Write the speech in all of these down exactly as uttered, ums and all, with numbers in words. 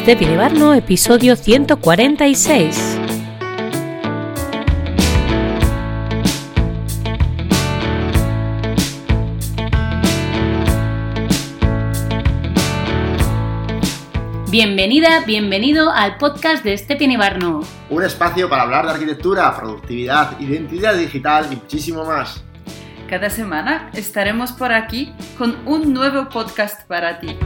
Steffi Nibarno, episodio ciento cuarenta y seis. Bienvenida, bienvenido al podcast de Steffi Nibarno. Un espacio para hablar de arquitectura, productividad, identidad digital y muchísimo más. Cada semana estaremos por aquí con un nuevo podcast para ti.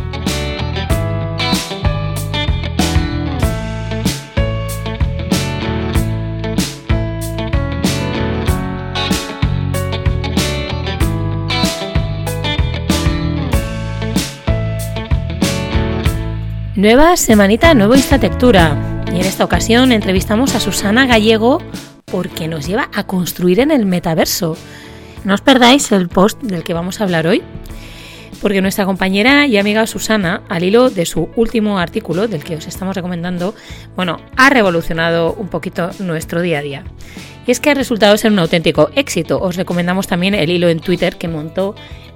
Nueva semanita, nuevo Instatectura. Y en esta ocasión entrevistamos a Susana Gallego porque nos lleva a construir en el metaverso. No os perdáis el post del que vamos a hablar hoy, porque nuestra compañera y amiga Susana, al hilo de su último artículo, del que os estamos recomendando, bueno, ha revolucionado un poquito nuestro día a día. Y es que ha resultado ser un auténtico éxito. Os recomendamos también el hilo en Twitter que montó,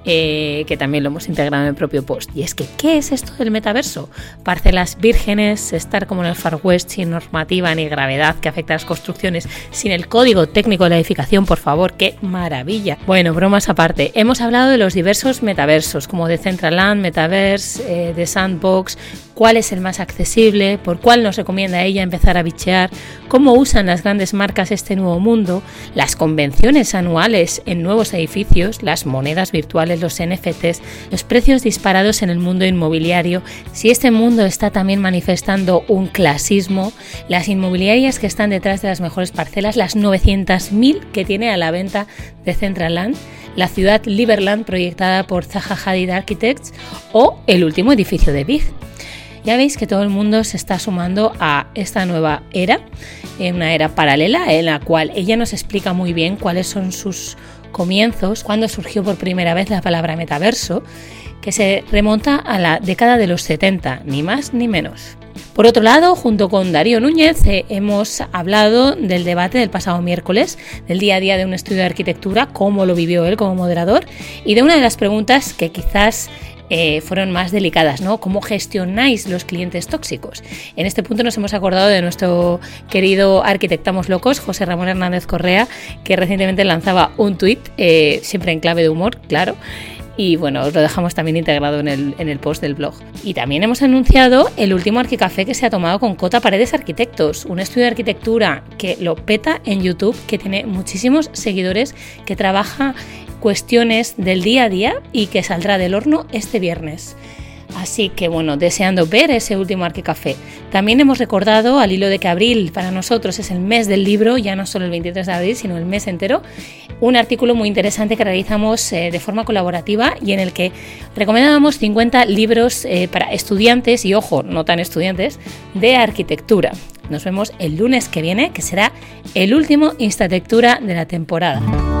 eh, que también lo hemos integrado en el propio post. Y es que, ¿qué es esto del metaverso? Parcelas vírgenes, estar como en el Far West sin normativa ni gravedad que afecta a las construcciones, sin el código técnico de la edificación, por favor, ¡qué maravilla! Bueno, bromas aparte, hemos hablado de los diversos metaversos, como Decentraland, Metaverse, eh, The Sandbox, cuál es el más accesible, por cuál nos recomienda ella empezar a bichear, cómo usan las grandes marcas este nuevo mundo, las convenciones anuales en nuevos edificios, las monedas virtuales, los N F Ts, los precios disparados en el mundo inmobiliario, si este mundo está también manifestando un clasismo, las inmobiliarias que están detrás de las mejores parcelas, las novecientas mil que tiene a la venta Decentraland, la ciudad Liberland proyectada por Zaha Hadid Architects o el último edificio de Big. Ya veis que todo el mundo se está sumando a esta nueva era, una era paralela en la cual ella nos explica muy bien cuáles son sus comienzos, cuándo surgió por primera vez la palabra metaverso, que se remonta a la década de los setenta, ni más ni menos. Por otro lado, junto con Darío Núñez, eh, hemos hablado del debate del pasado miércoles, del día a día de un estudio de arquitectura, cómo lo vivió él como moderador, y de una de las preguntas que quizás Eh, fueron más delicadas, ¿no? ¿Cómo gestionáis los clientes tóxicos? En este punto nos hemos acordado de nuestro querido Arquitectamos Locos, José Ramón Hernández Correa, que recientemente lanzaba un tuit, eh, siempre en clave de humor, claro. Y bueno, os lo dejamos también integrado en el, en el post del blog. Y también hemos anunciado el último Arquicafé que se ha tomado con Cota Paredes Arquitectos, un estudio de arquitectura que lo peta en YouTube, que tiene muchísimos seguidores, que trabaja cuestiones del día a día y que saldrá del horno este viernes. Así que bueno, deseando ver ese último Arquicafé. También hemos recordado, al hilo de que abril para nosotros es el mes del libro, ya no solo el veintitrés de abril, sino el mes entero, un artículo muy interesante que realizamos eh, de forma colaborativa y en el que recomendábamos cincuenta libros eh, para estudiantes y, ojo, no tan estudiantes, de arquitectura. Nos vemos el lunes que viene, que será el último Instatectura de la temporada.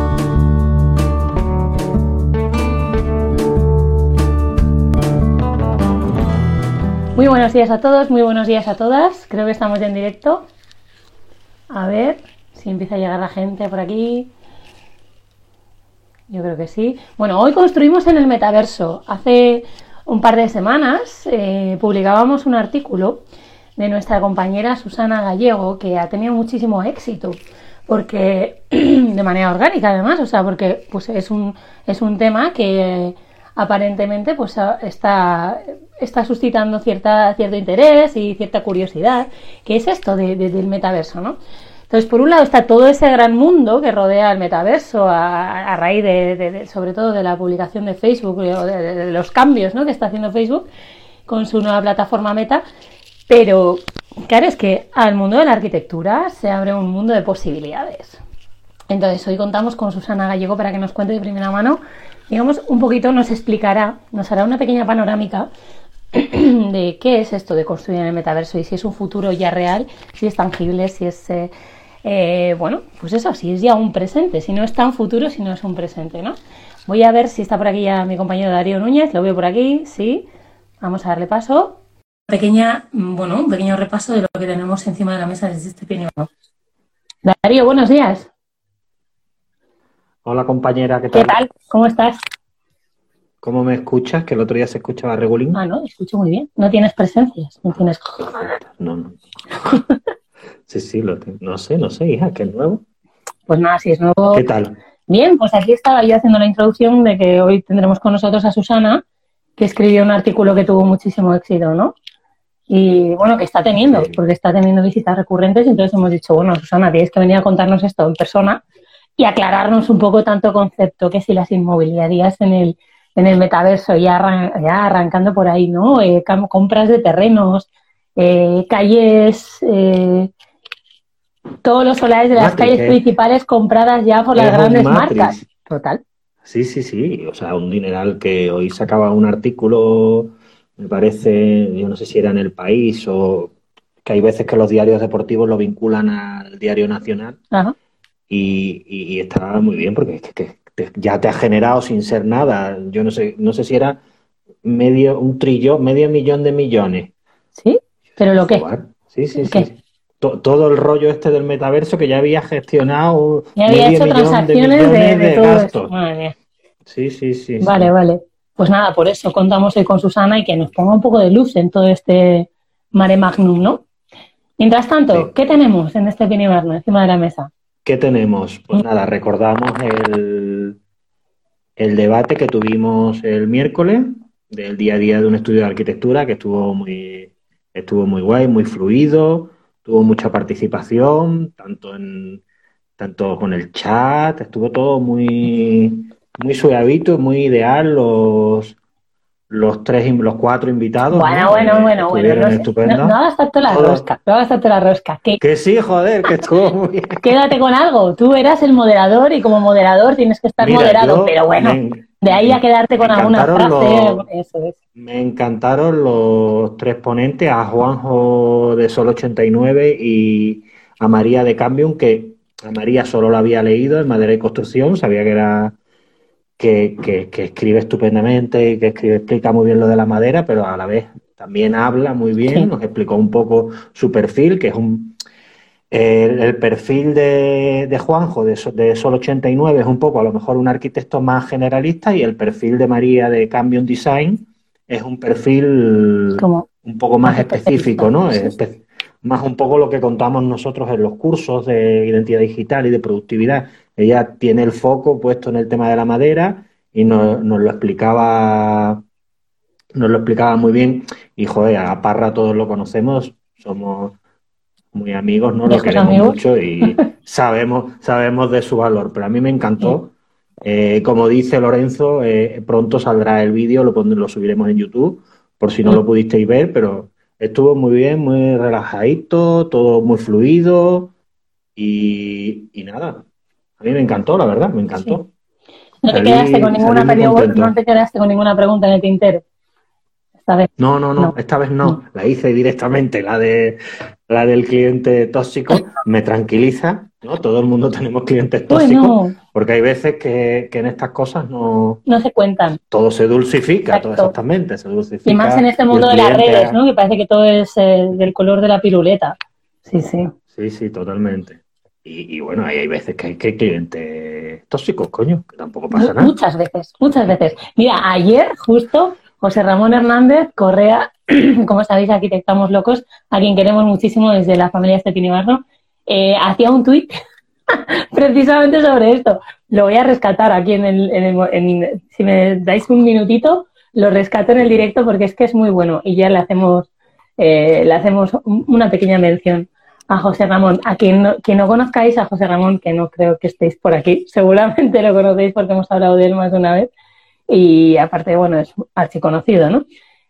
Muy buenos días a todos, muy buenos días a todas. Creo que estamos ya en directo. A ver si empieza a llegar la gente por aquí. Yo creo que sí. Bueno, hoy construimos en el metaverso. Hace un par de semanas eh, publicábamos un artículo de nuestra compañera Susana Gallego, que ha tenido muchísimo éxito, porque de manera orgánica además, o sea, porque pues es un, es un tema que eh, aparentemente pues está... está suscitando cierta, cierto interés y cierta curiosidad. ¿Qué es esto de, de, del metaverso, no? Entonces, por un lado está todo ese gran mundo que rodea el metaverso a, a raíz de, de, de, sobre todo de la publicación de Facebook o de, de, de los cambios, ¿no?, que está haciendo Facebook con su nueva plataforma Meta. Pero, claro, es que al mundo de la arquitectura se abre un mundo de posibilidades. Entonces, hoy contamos con Susana Gallego para que nos cuente de primera mano, digamos, un poquito, nos explicará, nos hará una pequeña panorámica de qué es esto de construir en el metaverso y si es un futuro ya real, si es tangible, si es, eh, eh, bueno, pues eso, si es ya un presente, si no es tan futuro, si no es un presente, ¿no? Voy a ver si está por aquí ya mi compañero Darío Núñez, lo veo por aquí, sí, vamos a darle paso. Pequeña, bueno, un pequeño repaso de lo que tenemos encima de la mesa desde este pequeño. Darío, buenos días. Hola compañera, ¿qué tal? ¿Qué tal? ¿Cómo estás? ¿Cómo me escuchas? Que el otro día se escuchaba regulín. Ah, no, escucho muy bien. No tienes presencias, no tienes... No, no. Sí, sí, lo tengo. No sé, no sé, hija, que es nuevo. Pues nada, si es nuevo... ¿Qué tal? Bien, pues aquí estaba yo haciendo la introducción de que hoy tendremos con nosotros a Susana, que escribió un artículo que tuvo muchísimo éxito, ¿no? Y bueno, que está teniendo, Sí. porque está teniendo visitas recurrentes, y entonces hemos dicho, bueno, Susana, tienes que venir a contarnos esto en persona y aclararnos un poco tanto concepto que si las inmobiliarias en el, en el metaverso, ya, arran ya arrancando por ahí, ¿no? Eh, compras de terrenos, eh, calles, eh, todos los solares de las Matrix, calles es, principales compradas ya por las es un grandes Matrix. marcas. Total. Sí, sí, sí. O sea, un dineral que hoy sacaba un artículo, me parece, yo no sé si era en El País o que hay veces que los diarios deportivos lo vinculan al diario nacional. Ajá. Y, y, y estaba muy bien porque es que, que te, ya te ha generado sin ser nada. Yo no sé, no sé si era medio, un trillón, medio millón de millones. ¿Sí? ¿Pero lo qué? Joder. Sí, sí, ¿El sí. qué? To- todo el rollo este del metaverso que ya había gestionado Ya había medio hecho millón de transacciones de, millones de de todo esto. gastos. Madre mía. Sí, sí, sí, Vale, sí. vale. Pues nada, por eso contamos hoy con Susana y que nos ponga un poco de luz en todo este mare magnum, ¿no? Mientras tanto, Sí. ¿qué tenemos en este Pinibarno encima de la mesa? ¿Qué tenemos? Pues nada, recordamos el, el debate que tuvimos el miércoles del día a día de un estudio de arquitectura que estuvo muy, estuvo muy guay, muy fluido, tuvo mucha participación, tanto en, tanto con el chat, estuvo todo muy, muy suavito, muy ideal, los, los tres, los cuatro invitados, Bueno, ¿no? bueno, Eh, bueno, bueno, estuvieron no, sé, no, estupendos. no hagas tanto la Todos. rosca, no hagas tanto la rosca. Que, Que sí, joder, que estuvo muy bien. quédate con algo, tú eras el moderador y como moderador tienes que estar Mira, moderado, yo pero bueno, me, de ahí a me, quedarte me con alguna encantaron frase, los, eso es. me encantaron los tres ponentes, a Juanjo de Sol ochenta y nueve y a María de Cambium, que a María solo la había leído en Madera y Construcción, sabía que era que, que, que escribe estupendamente y que escribe, explica muy bien lo de la madera, pero a la vez también habla muy bien, Sí. nos explicó un poco su perfil, que es un el, el perfil de, de Juanjo de, de Sol ochenta y nueve es un poco a lo mejor un arquitecto más generalista y el perfil de María de Cambium Design es un perfil Como un poco más más específico, especialista. ¿no? Sí, Es espe- más un poco lo que contamos nosotros en los cursos de identidad digital y de productividad. Ella tiene el foco puesto en el tema de la madera y nos, nos lo explicaba nos lo explicaba muy bien y joder, a Parra todos lo conocemos, somos muy amigos, ¿no? Lo viejos queremos amigos. mucho y sabemos, sabemos de su valor, pero a mí me Sí. encantó. Eh, como dice Lorenzo, eh, pronto saldrá el vídeo, lo, pondré- lo subiremos en YouTube, por si no Mm. lo pudisteis ver, pero estuvo muy bien, muy relajadito, todo muy fluido y, y nada. A mí me encantó, la verdad, me Sí. encantó. No te quedaste con Salí, ninguna salí muy peri- contento. no te quedaste con ninguna pregunta en el tintero. Esta vez. No, no, no, No. esta vez no. No. La hice directamente, la de la del cliente tóxico. Me tranquiliza, ¿no? Todo el mundo tenemos clientes tóxicos, Bueno, porque hay veces que, que en estas cosas no no se cuentan. todo se dulcifica, todo Exacto. exactamente, se dulcifica. Y más en este y el mundo de las cliente redes, ha- ¿no? Que parece que todo es eh, del color de la piruleta. Sí, sí. Sí, sí, totalmente. Y, y bueno, ahí hay veces que hay, que hay clientes tóxicos, coño, que tampoco pasa Mu- nada. Muchas veces, muchas veces. Mira, ayer justo José Ramón Hernández Correa, como sabéis, arquitectamos locos, a quien queremos muchísimo desde la familia Estepinibarro, eh, hacía un tuit precisamente sobre esto. Lo voy a rescatar aquí en el, en el en, si me dais un minutito, lo rescato en el directo porque es que es muy bueno y ya le hacemos eh, le hacemos una pequeña mención a José Ramón. A quien no, quien no conozcáis a José Ramón, que no creo que estéis por aquí, seguramente lo conocéis porque hemos hablado de él más de una vez y aparte, bueno, es archiconocido, ¿no?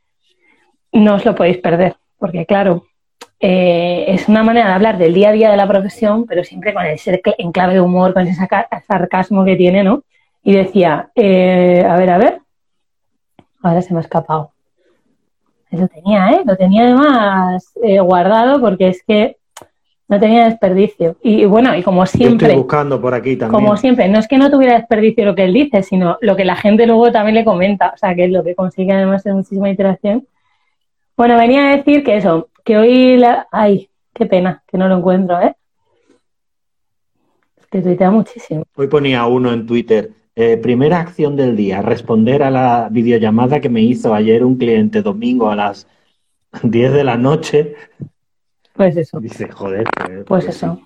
No os lo podéis perder porque, claro, eh, es una manera de hablar del día a día de la profesión, pero siempre con ese en clave de humor, con ese sarcasmo que tiene, ¿no? Y decía, eh, a ver, a ver, ahora se me ha escapado. Lo tenía, ¿eh? Lo tenía además eh, guardado porque es que no tenía desperdicio. Y, y bueno, y como siempre... Yo estoy buscando por aquí también. Como siempre, no es que no tuviera desperdicio lo que él dice, sino lo que la gente luego también le comenta. O sea, que es lo que consigue además de muchísima interacción. Bueno, venía a decir que eso, que hoy la... Ay, qué pena, que no lo encuentro, ¿eh? Es que tuitea muchísimo. Hoy ponía uno en Twitter, eh, primera acción del día, responder a la videollamada que me hizo ayer un cliente domingo a las diez de la noche. Pues eso. Dice, joder. Pues, pues pues eso. Sí.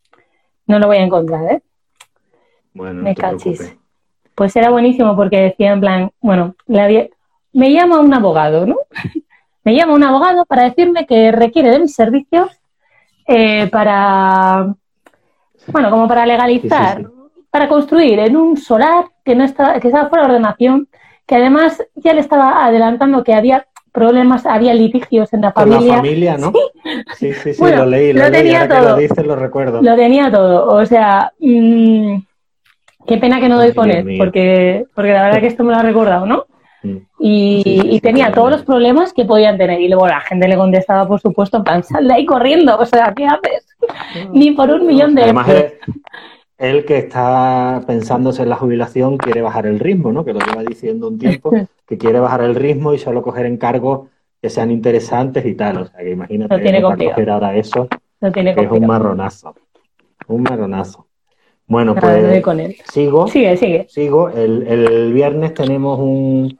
No lo voy a encontrar, ¿eh? Bueno, me no te cachis. preocupes. Pues era buenísimo porque decía en plan, bueno, le había... me llama un abogado, ¿no? me llama un abogado para decirme que requiere de mis servicios eh, para, bueno, como para legalizar, Sí, sí, sí. para construir en un solar que no está, que estaba fuera de ordenación, que además ya le estaba adelantando que había problemas, había litigios en la Con familia. la familia, ¿no? Sí, Sí, sí, sí, bueno, lo leí, lo, lo leí, tenía ahora todo. que lo dices lo recuerdo. Lo tenía todo, o sea, mmm, qué pena que no doy Ay, con Dios él, mío. porque, porque la verdad que esto me lo ha recordado, ¿no? Y, Sí, sí, y sí, tenía totalmente. todos los problemas que podían tener. Y luego la gente le contestaba, por supuesto, en plan, sal de ahí corriendo, o sea, ¿qué haces? Ni por un millón de Además, euros. él, él que está pensándose en la jubilación quiere bajar el ritmo, ¿no? Que lo lleva diciendo un tiempo, que quiere bajar el ritmo y solo coger encargos que sean interesantes y tal. O sea, que imagínate, Lo tiene ¿no? Para complicado. coger ahora eso, Lo tiene que es un complicado. marronazo. Un marronazo. Bueno, Nada, no doy pues con él. sigo. Sigue, sigue. Sigo. El, el viernes tenemos un,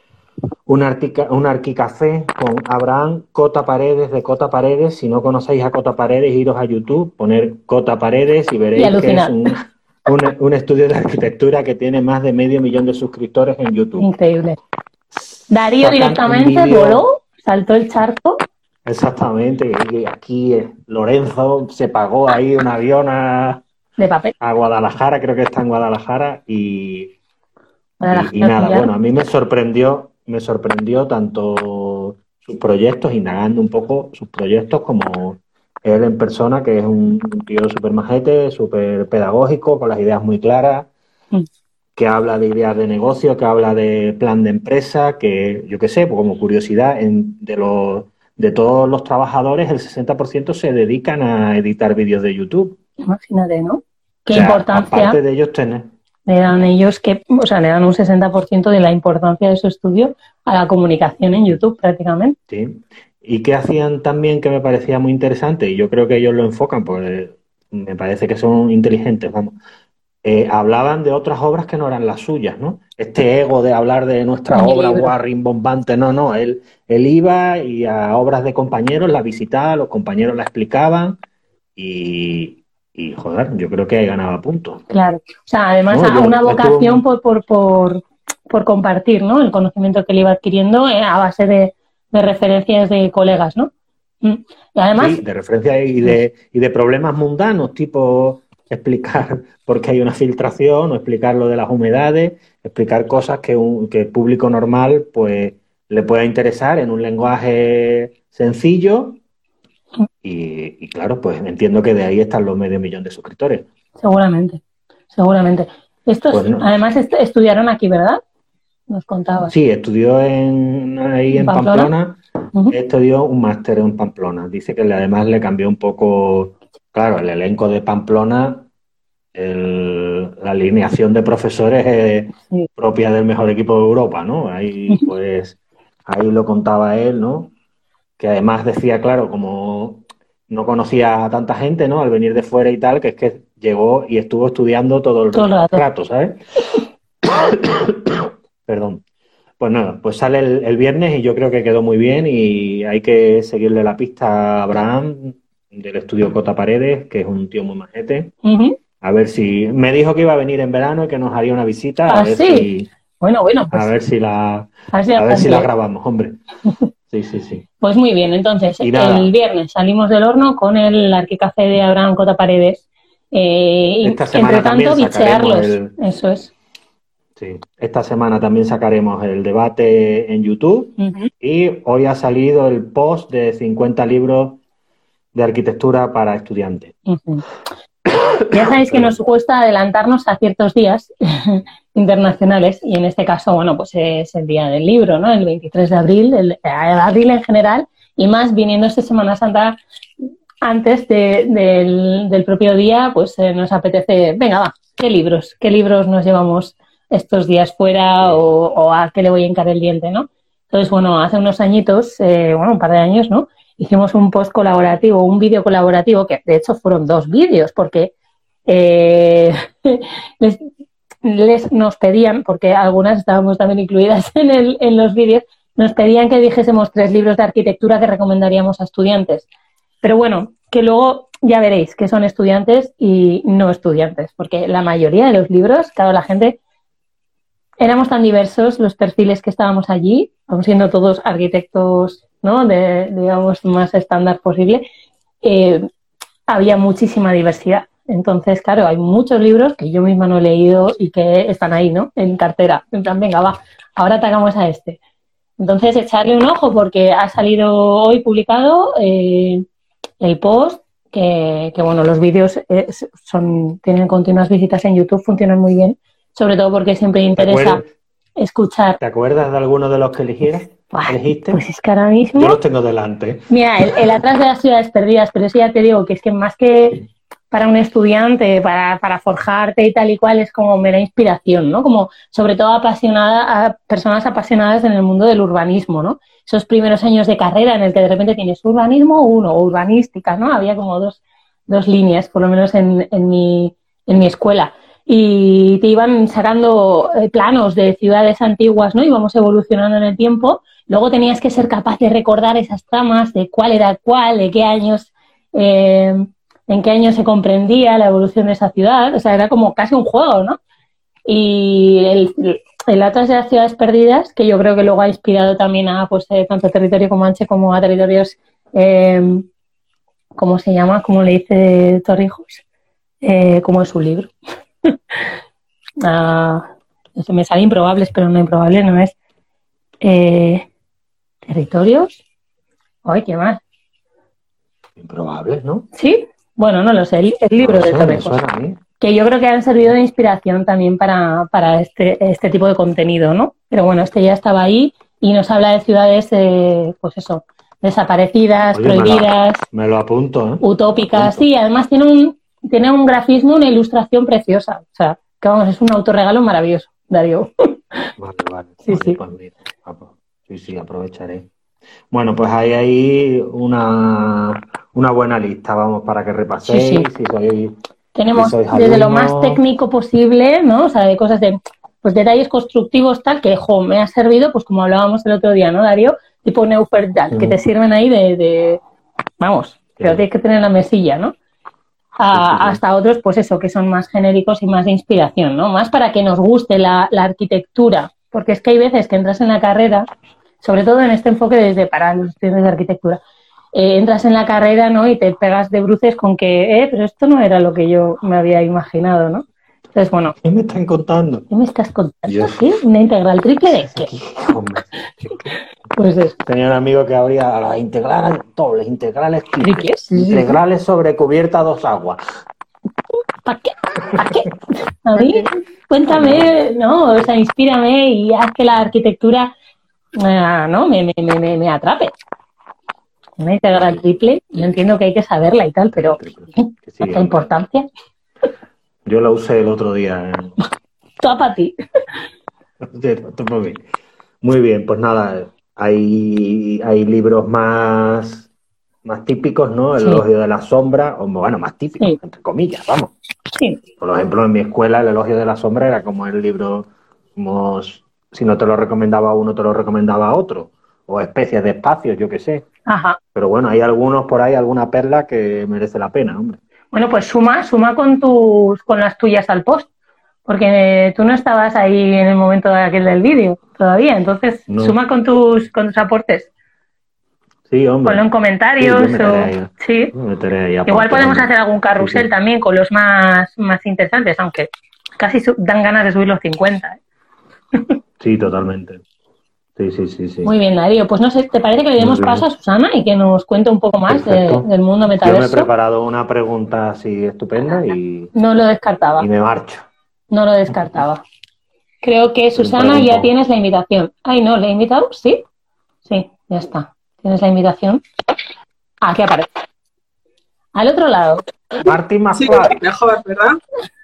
un, artica, un arquicafé con Abraham Cota Paredes de Cota Paredes. Si no conocéis a Cota Paredes, iros a YouTube, poner Cota Paredes y veréis Y que es alucinar. un, un, un estudio de arquitectura que tiene más de medio millón de suscriptores en YouTube. Increíble. Darío Sacan un directamente vídeo- voló, saltó el charco. Exactamente. Y aquí eh, Lorenzo se pagó ahí un avión a, De papel. a Guadalajara, creo que está en Guadalajara, y, Para y, y la nada, gente, bueno, a mí me sorprendió, me sorprendió tanto sus proyectos, indagando un poco sus proyectos, como él en persona, que es un, un tío súper majete, súper pedagógico, con las ideas muy claras, Mm. que habla de ideas de negocio, que habla de plan de empresa, que yo qué sé, pues como curiosidad, en, de, los, de todos los trabajadores, el sesenta por ciento se dedican a editar vídeos de YouTube. Imagínate, ¿no? Qué O sea, importancia aparte de ellos tener... le dan ellos, que, o sea, le dan un sesenta por ciento de la importancia de su estudio a la comunicación en YouTube prácticamente. Sí. ¿Y qué hacían también que me parecía muy interesante? Y yo creo que ellos lo enfocan, pues me parece que son inteligentes, vamos. Eh, hablaban de otras obras que no eran las suyas, ¿no? Este ego de hablar de nuestra Mi obra libro. guau, rimbombante, no, no. Él, él iba y a obras de compañeros la visitaba, los compañeros la explicaban y, y joder, yo creo que ganaba puntos. Claro. O sea, además, No, a- yo una estuve- vocación por, por, por, por compartir, ¿no? El conocimiento que él iba adquiriendo eh, a base de, de referencias de colegas, ¿no? Mm. Y además, Sí, de referencia y de, y de problemas mundanos, tipo explicar por qué hay una filtración o explicar lo de las humedades, explicar cosas que, un, que el público normal pues le pueda interesar en un lenguaje sencillo y, y claro, pues entiendo que de ahí están los medio millón de suscriptores. seguramente, seguramente. Estos, Pues no. además, est- estudiaron aquí, ¿verdad? Nos contabas. Sí, estudió en, ahí ¿En en Pamplona? Pamplona, Ujú. estudió un máster en Pamplona. Dice que le- además le cambió un poco, claro, el elenco de Pamplona, el- la alineación de profesores es Sí. propia del mejor equipo de Europa, ¿no? Ahí pues, ahí lo contaba él, ¿no? Que además decía, claro, como no conocía a tanta gente, ¿no? Al venir de fuera y tal, que es que llegó y estuvo estudiando todo el Todo el rato. rato, ¿sabes? Perdón. Pues nada, pues sale el, el viernes y yo creo que quedó muy bien y hay que seguirle la pista a Abraham del estudio Cota Paredes, que es un tío muy majete. Ujú. A ver si... Me dijo que iba a venir en verano y que nos haría una visita. A ¿Ah, ver sí? si... Bueno, bueno, pues, A ver si la... así A ver si la cumple. grabamos, hombre. Sí, sí, sí. Pues muy bien, entonces, Y nada. el viernes salimos del horno con el arquicafé de Abraham Cota Paredes. Eh, y Esta semana entre tanto, también sacaremos bichearlos. el- Eso es. Sí. Esta semana también sacaremos el debate en YouTube. Ujú. Y hoy ha salido el post de cincuenta libros de arquitectura para estudiantes. Ujú. Ya sabéis que nos cuesta adelantarnos a ciertos días internacionales y en este caso, bueno, pues es el día del libro, ¿no? El veintitrés de abril, el, el abril en general y más viniendo esta Semana Santa antes de- del, del propio día, pues eh, nos apetece, venga, va, ¿qué libros? ¿Qué libros nos llevamos estos días fuera o, o a qué le voy a hincar el diente, ¿no? Entonces, bueno, hace unos añitos, eh, bueno, un par de años, ¿no? Hicimos un post colaborativo, un vídeo colaborativo, que de hecho fueron dos vídeos, porque eh, les- les nos pedían, porque algunas estábamos también incluidas en, el, en los vídeos, nos pedían que dijésemos tres libros de arquitectura que recomendaríamos a estudiantes. Pero bueno, que luego ya veréis que son estudiantes y no estudiantes, porque la mayoría de los libros, claro, la gente, éramos tan diversos los perfiles que estábamos allí, aun siendo todos arquitectos, ¿no?, de, digamos, más estándar posible, eh, había muchísima diversidad. Entonces, claro, hay muchos libros que yo misma no he leído y que están ahí, ¿no?, en cartera. En plan, venga, va, ahora atacamos a este. Entonces, echarle un ojo porque ha salido hoy publicado eh, el post, que, que bueno, los vídeos eh, son tienen continuas visitas en YouTube, funcionan muy bien, sobre todo porque siempre interesa escuchar. ¿Te acuerdas de alguno de los que eligieras? Buah, ¿Elegiste? Pues es que ahora mismo... Yo los tengo delante. Mira, el, el Atrás de las ciudades perdidas, pero eso ya te digo que es que más que para un estudiante, para, para forjarte y tal y cual, es como mera inspiración, ¿no? Como sobre todo apasionada a personas apasionadas en el mundo del urbanismo, ¿no? Esos primeros años de carrera en el que de repente tienes urbanismo uno o urbanística, ¿no? Había como dos, dos líneas, por lo menos en, en, mi, en mi escuela. Y te iban sacando eh, planos de ciudades antiguas, ¿no? Íbamos evolucionando en el tiempo. Luego tenías que ser capaz de recordar esas tramas de cuál era cuál, de qué años... Eh, en qué año se comprendía la evolución de esa ciudad, o sea, era como casi un juego, ¿no? Y el, el Atlas de las ciudades perdidas, que yo creo que luego ha inspirado también a, pues, eh, tanto a Territorio Comanche como a territorios, eh, ¿cómo se llama? ¿Cómo le dice Torrijos? Eh, como es su libro. ah, eso me sale improbables, pero no improbable, no es. Eh, ¿Territorios? Ay, ¿qué más? Improbables, ¿no? Sí. Bueno, no lo sé, el, el libro no de sé, Torrijos, que yo creo que han servido de inspiración también para, para este, este tipo de contenido, ¿no? Pero bueno, este ya estaba ahí y nos habla de ciudades, eh, pues eso, desaparecidas, Oye, prohibidas, me lo, me lo apunto, ¿eh? utópicas, sí, además tiene un, tiene un grafismo, una ilustración preciosa, o sea, que vamos, es un autorregalo maravilloso, Darío. Vale, vale, sí, vale, sí. Pues mira, sí, sí, aprovecharé. Bueno, pues hay ahí una, una buena lista, vamos, para que repaséis. Sí, sí. Si sois, Tenemos si sois desde lo alumnos... más técnico posible, ¿no? O sea, de cosas de, pues detalles constructivos tal, que, jo, me ha servido, pues como hablábamos el otro día, ¿no, Darío? Tipo Neuferdal, mm. que te sirven ahí de, de vamos, pero sí. Tienes que tener la mesilla, ¿no? A, sí, sí, sí. Hasta otros, pues eso, que son más genéricos y más de inspiración, ¿no? Más para que nos guste la, la arquitectura, porque es que hay veces que entras en la carrera, sobre todo en este enfoque desde para los estudiantes de arquitectura, eh, entras en la carrera, ¿no? Y te pegas de bruces con que, eh, pero esto no era lo que yo me había imaginado, ¿no? Entonces, bueno. ¿Qué me están contando? ¿Qué me estás contando? Dios. ¿Qué? ¿Una integral triple de qué? Hombre. Pues eso. Tenía un amigo que abría las integrales dobles, integrales triples, integrales sobre cubierta a dos aguas. ¿Para qué? ¿Para qué? A mí, cuéntame, ¿no? O sea, inspírame y haz que la arquitectura... Uh, no, me, me, me, me atrape. Una integral triple, yo entiendo que hay que saberla y tal, pero ¿qué sí, importancia? Yo la usé el otro día. ¿eh? Todo para ti. Muy bien, pues nada, hay, hay libros más, más típicos, ¿no? El sí. Elogio de la sombra, o bueno, más típicos, sí. entre comillas, vamos. Sí. Por ejemplo, en mi escuela el Elogio de la sombra era como el libro, como... Si no te lo recomendaba uno, te lo recomendaba otro. O especies de espacios, yo qué sé. Ajá. Pero bueno, hay algunos por ahí, alguna perla que merece la pena, hombre. Bueno, pues suma, suma con tus, con las tuyas al post. Porque tú no estabas ahí en el momento de aquel del vídeo todavía. Entonces, no. suma con tus, con tus aportes. Sí, hombre. Ponlo en comentarios. Sí, o... ahí. sí. Ahí Igual podemos hacer algún carrusel sí, sí. también con los más, más interesantes, aunque casi dan ganas de subir los cincuenta. ¿eh? Sí, totalmente. Sí, sí, sí, sí. Muy bien, Darío. Pues no sé, ¿te parece que le demos paso a Susana y que nos cuente un poco más de, del mundo metaverso? Yo me he preparado una pregunta así estupenda y... No lo descartaba. Y me marcho. No lo descartaba. Creo que, Susana, ya tienes la invitación. Ay, no, ¿le he invitado? ¿Sí? Sí, ya está. Tienes la invitación. Aquí aparece. Al otro lado. Martín más sí, mejor, ¿verdad?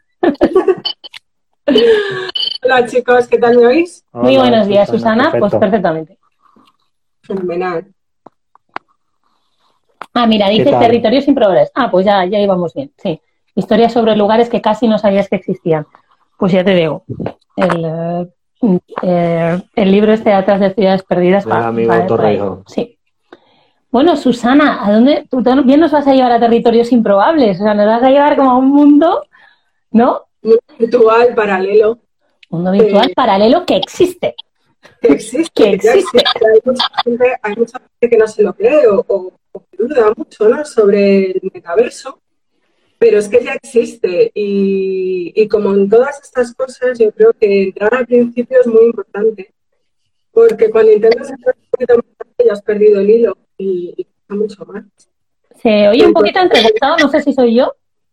Hola chicos, ¿qué tal me oís? Hola, muy buenos días, Susana, Susana. Pues perfectamente. Fenomenal. Ah, mira, dice territorios sin progreso. Ah, pues ya, ya íbamos bien, sí. Historias sobre lugares que casi no sabías que existían. Pues ya te digo, el, eh, eh, el libro este de Atrás de Ciudades Perdidas. Del amigo Torrijos. Sí. Bueno, Susana, ¿a dónde? Tú también nos vas a llevar a territorios improbables, o sea, nos vas a llevar como a un mundo, ¿no? Virtual, paralelo. Mundo virtual eh, paralelo que existe. Que existe. Que existe. existe. Hay, mucha gente, hay mucha gente que no se lo cree o, o, o que duda mucho, ¿no?, sobre el metaverso, pero es que ya existe. Y, y como en todas estas cosas, yo creo que entrar al principio es muy importante, porque cuando intentas entrar un poquito más, ya has perdido el hilo y, y está mucho más. Se oye un poquito entrecortado, no sé si soy yo.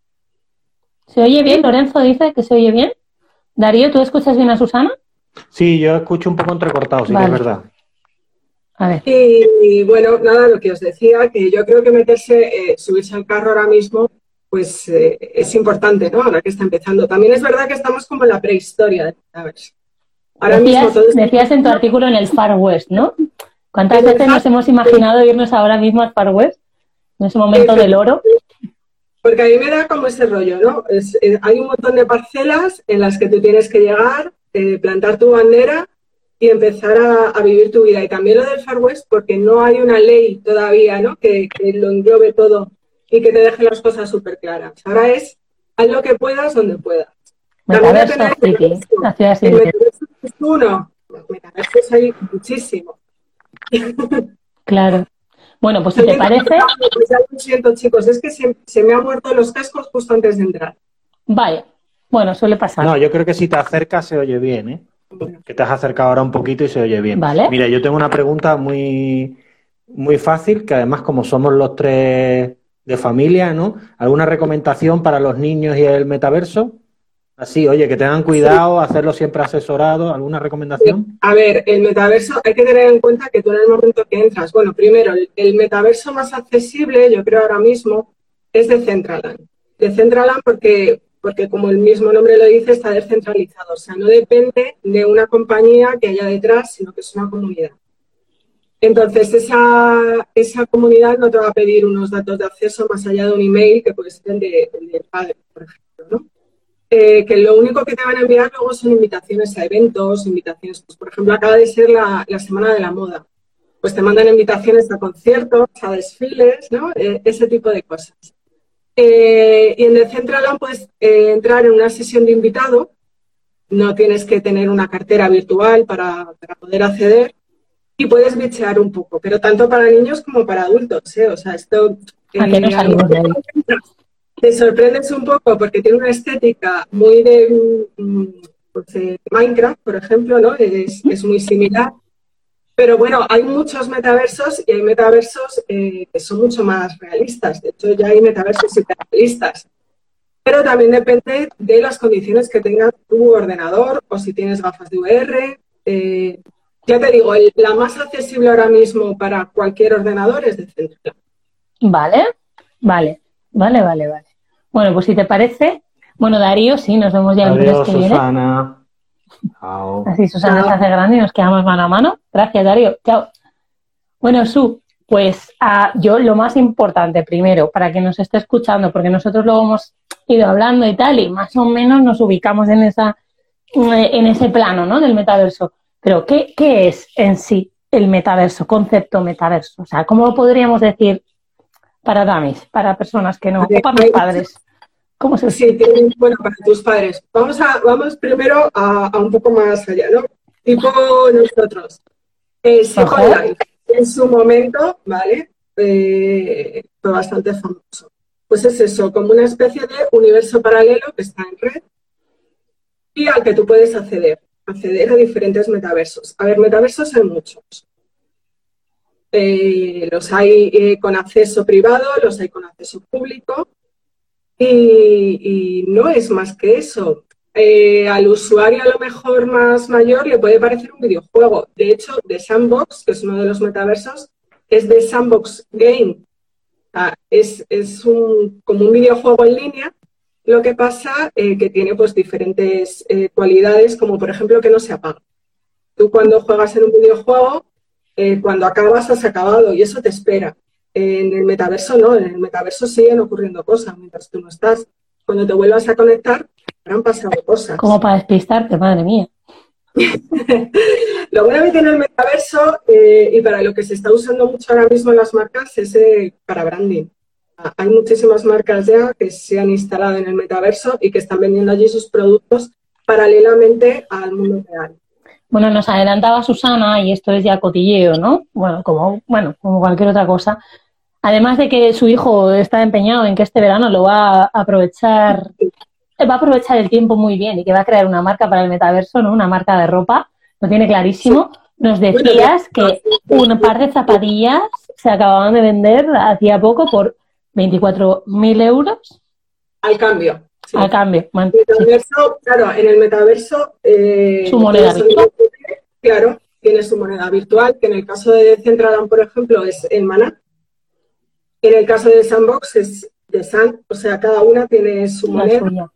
¿Se oye bien? Lorenzo dice que se oye bien. Darío, ¿tú escuchas bien a Susana? Sí, yo escucho un poco entrecortado, sí, vale. Que es verdad. A ver. Y, y bueno, nada, lo que os decía, que yo creo que meterse, eh, subirse al carro ahora mismo, pues eh, es importante, ¿no? Ahora que está empezando. También es verdad que estamos como en la prehistoria del metaverso. Ahora decías, mismo todo decías en tu artículo en el Far West, ¿no? ¿Cuántas en veces nos hemos imaginado irnos ahora mismo al Far West? En ese momento del oro. Porque a mí me da como ese rollo, ¿no? Es, es, hay un montón de parcelas en las que tú tienes que llegar, eh, plantar tu bandera y empezar a, a vivir tu vida. Y también lo del Far West, porque no hay una ley todavía, ¿no?, que, que lo englobe todo y que te deje las cosas súper claras. Ahora es, haz lo que puedas donde puedas. Metaverso City, la ciudad City. Metaverso es uno, los metaversos hay muchísimo. Claro. Bueno, pues si te parece... Pues ya lo siento, chicos, es que se, se me han muerto los cascos justo antes de entrar. Vaya, bueno, suele pasar. No, yo creo que si te acercas se oye bien, ¿eh? Que te has acercado ahora un poquito y se oye bien. Vale. Mira, yo tengo una pregunta muy, muy fácil, que además como somos los tres de familia, ¿no? ¿Alguna recomendación para los niños y el metaverso? Así, oye, que tengan cuidado, sí. Hacerlo siempre asesorado. ¿Alguna recomendación? A ver, el metaverso, hay que tener en cuenta que tú en el momento que entras, bueno, primero, el, el metaverso más accesible, yo creo ahora mismo, es Decentraland. Decentraland porque, porque, como el mismo nombre lo dice, está descentralizado. O sea, no depende de una compañía que haya detrás, sino que es una comunidad. Entonces, esa, esa comunidad no te va a pedir unos datos de acceso más allá de un email, que puede ser el de, el de padre, por ejemplo, ¿no? Eh, que lo único que te van a enviar luego son invitaciones a eventos, invitaciones, pues por ejemplo, acaba de ser la, la Semana de la Moda. Pues te mandan invitaciones a conciertos, a desfiles, ¿no? Eh, ese tipo de cosas. Eh, y en Decentraland puedes eh, entrar en una sesión de invitado, no tienes que tener una cartera virtual para, para poder acceder, y puedes bichear un poco, pero tanto para niños como para adultos, ¿eh? O sea, esto... Eh, ¿A qué no salimos de ahí? Te sorprendes un poco porque tiene una estética muy de, pues, de Minecraft, por ejemplo, ¿no? Es, es muy similar. Pero bueno, hay muchos metaversos y hay metaversos eh, que son mucho más realistas. De hecho, ya hay metaversos hiperrealistas. Pero también depende de las condiciones que tenga tu ordenador o si tienes gafas de V R. Eh, ya te digo, el, la más accesible ahora mismo para cualquier ordenador es Decentraland. Vale, vale, vale, vale, vale. Bueno, pues si te parece, bueno, Darío, sí, nos vemos ya el lunes que viene. Susana. Chao. Así Susana se hace grande y nos quedamos mano a mano. Gracias, Darío. Chao. Bueno, Su, pues uh, yo lo más importante primero, para que nos esté escuchando, porque nosotros luego hemos ido hablando y tal, y más o menos nos ubicamos en esa en ese plano, ¿no?, del metaverso. Pero, ¿qué, qué es en sí el metaverso, concepto metaverso? O sea, ¿cómo lo podríamos decir para damis, para personas que no, o para mis padres? ¿Cómo se Sí, tienen, bueno, para tus padres. Vamos a, vamos primero a, a un poco más allá, ¿no? Tipo nosotros. Eh, Second Life, en su momento, ¿vale? Eh, fue bastante famoso. Pues es eso, como una especie de universo paralelo que está en red y al que tú puedes acceder, acceder a diferentes metaversos. A ver, metaversos hay muchos. Eh, los hay eh, con acceso privado, los hay con acceso público. Y, y no es más que eso. Eh, al usuario a lo mejor más mayor le puede parecer un videojuego. De hecho, The Sandbox, que es uno de los metaversos, es The Sandbox Game. Ah, es es un, como un videojuego en línea, lo que pasa eh, que tiene pues diferentes eh, cualidades, como por ejemplo que no se apaga. Tú cuando juegas en un videojuego, eh, cuando acabas has acabado y eso te espera. En el metaverso no, en el metaverso siguen ocurriendo cosas mientras tú no estás. Cuando te vuelvas a conectar, han pasado cosas. Como para despistarte, madre mía. Lo bueno que tiene el metaverso eh, y para lo que se está usando mucho ahora mismo en las marcas es eh, para branding. Hay muchísimas marcas ya que se han instalado en el metaverso y que están vendiendo allí sus productos paralelamente al mundo real. Bueno, nos adelantaba Susana, y esto es ya cotilleo, ¿no? Bueno, como, bueno, como cualquier otra cosa. Además de que su hijo está empeñado en que este verano lo va a aprovechar, va a aprovechar el tiempo muy bien y que va a crear una marca para el metaverso, ¿no? Una marca de ropa, lo tiene clarísimo. Nos decías que un par de zapatillas se acababan de vender hacía poco por veinticuatro mil euros. Al cambio. Sí. Al cambio. Man, metaverso, sí. Claro, en el metaverso... Eh, su moneda virtual. Claro, tiene su moneda virtual, que en el caso de Decentraland, por ejemplo, es el Mana. En el caso de Sandbox es de Sand, o sea, cada una tiene su moneda.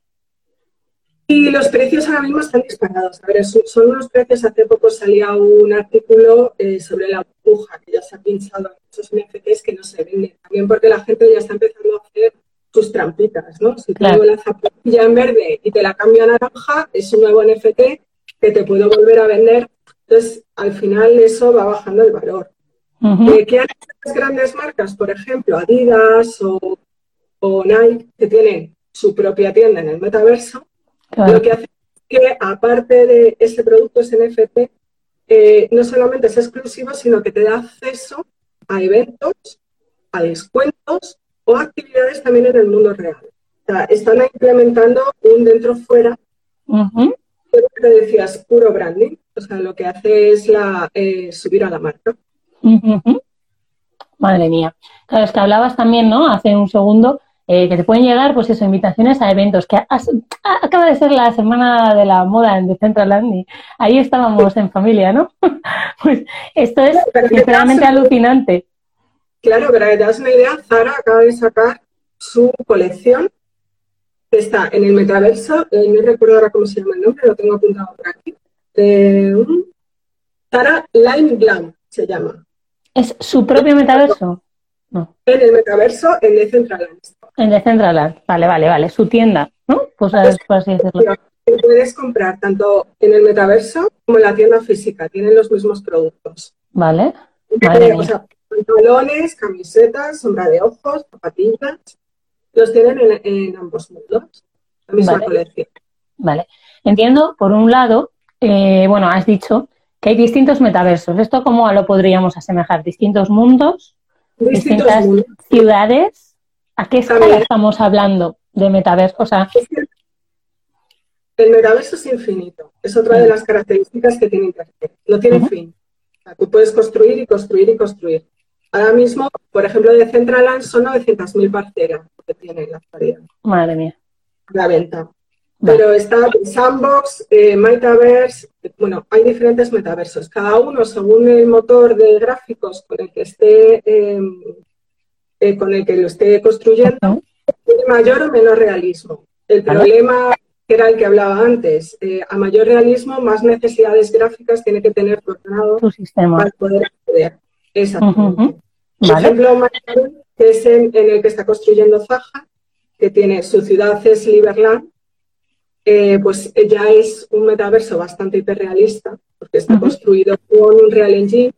Y los precios ahora mismo están disparados. A ver, son unos precios, hace poco salía un artículo eh, sobre la burbuja, que ya se ha pinchado en muchos N F Ts que no se venden. También porque la gente ya está empezando a hacer sus trampitas, ¿no? Si claro. tengo la zapatilla en verde y te la cambio a naranja, es un nuevo N F T que te puedo volver a vender. Entonces, al final eso va bajando el valor. Uh-huh. Eh, ¿Qué han hecho las grandes marcas? Por ejemplo, Adidas o, o Nike, que tienen su propia tienda en el metaverso. Claro. Lo que hace es que, aparte de ese producto, ese N F T, eh, no solamente es exclusivo, sino que te da acceso a eventos, a descuentos o actividades también en el mundo real. O sea, están implementando un dentro-fuera, uh-huh. que te decías, puro branding. O sea, lo que hace es la, eh, subir a la marca. Uh-huh. Madre mía. Claro, es que hablabas también, ¿no? Hace un segundo, eh, que te pueden llegar, pues eso, invitaciones a eventos, que has, a, acaba de ser la semana de la moda en Decentraland y ahí estábamos en familia, ¿no? Pues esto es realmente alucinante. Claro, pero que te das una idea, Zara acaba de sacar su colección que está en el metaverso, eh, no recuerdo ahora cómo se llama el nombre, lo tengo apuntado por aquí. Eh, Zara Lime Glam se llama. ¿Es su propio metaverso? No. En el metaverso, en Decentraland. En Decentraland, vale, vale, vale. Su tienda, ¿no? Pues por así decirlo. Puedes comprar tanto en el metaverso como en la tienda física. Tienen los mismos productos. Vale. Madre o sea, pantalones, camisetas, sombra de ojos, zapatillas. Los tienen en, en ambos mundos. La misma vale. colección. Vale. Entiendo, por un lado, eh, bueno, has dicho que hay distintos metaversos. ¿Esto cómo lo podríamos asemejar? ¿Distintos mundos? Distintos ¿Distintas mundos. ciudades? ¿A qué escala También. estamos hablando de metaverso? O sea, el metaverso es infinito. Es otra de las características que tiene Internet. No tiene uh-huh. fin. O sea, tú puedes construir y construir y construir. Ahora mismo, por ejemplo, de Decentraland son novecientas mil parcelas que tiene en la actualidad. Madre mía. La venta. Vale. Pero está Sandbox, eh, Metaverse, bueno, hay diferentes metaversos. Cada uno, según el motor de gráficos con el que esté, eh, eh, con el que lo esté construyendo, uh-huh. tiene mayor o menor realismo. El ¿Vale? problema que era el que hablaba antes, eh, a mayor realismo, más necesidades gráficas tiene que tener tu ordenador tu sistema para poder acceder. Exactamente. Uh-huh. Por ¿Vale? ejemplo, Metaverse, que es en, en el que está construyendo Zaha, que tiene su ciudad es Liberland. Eh, pues ya es un metaverso bastante hiperrealista, porque está uh-huh. construido con Unreal Engine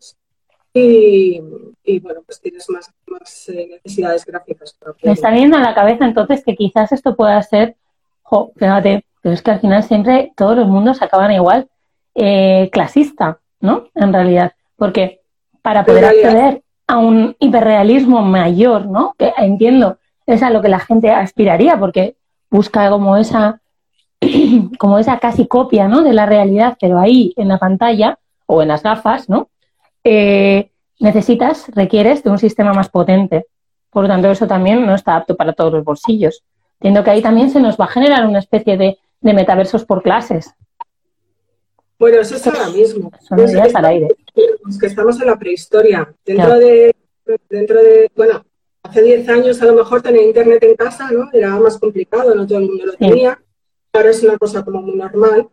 y, y, bueno, pues tienes más, más eh, necesidades gráficas. Me está viendo en la cabeza entonces que quizás esto pueda ser, jo, fíjate, pero es que al final siempre todos los mundos acaban igual, eh, clasista, ¿no? En realidad, porque para poder acceder a un hiperrealismo mayor, ¿no? Que entiendo, es a lo que la gente aspiraría, porque busca como esa... como esa casi copia, ¿no? De la realidad, pero ahí en la pantalla o en las gafas, ¿no? Eh, necesitas, requieres de un sistema más potente. Por lo tanto, eso también no está apto para todos los bolsillos. Entiendo que ahí también se nos va a generar una especie de, de metaversos por clases. Bueno, eso es ahora mismo. Son ideas al aire. Que estamos en la prehistoria. Dentro claro. de, dentro de, bueno, hace diez años a lo mejor tener internet en casa, ¿no? Era más complicado, no todo el mundo lo sí. tenía. Ahora es una cosa como muy normal,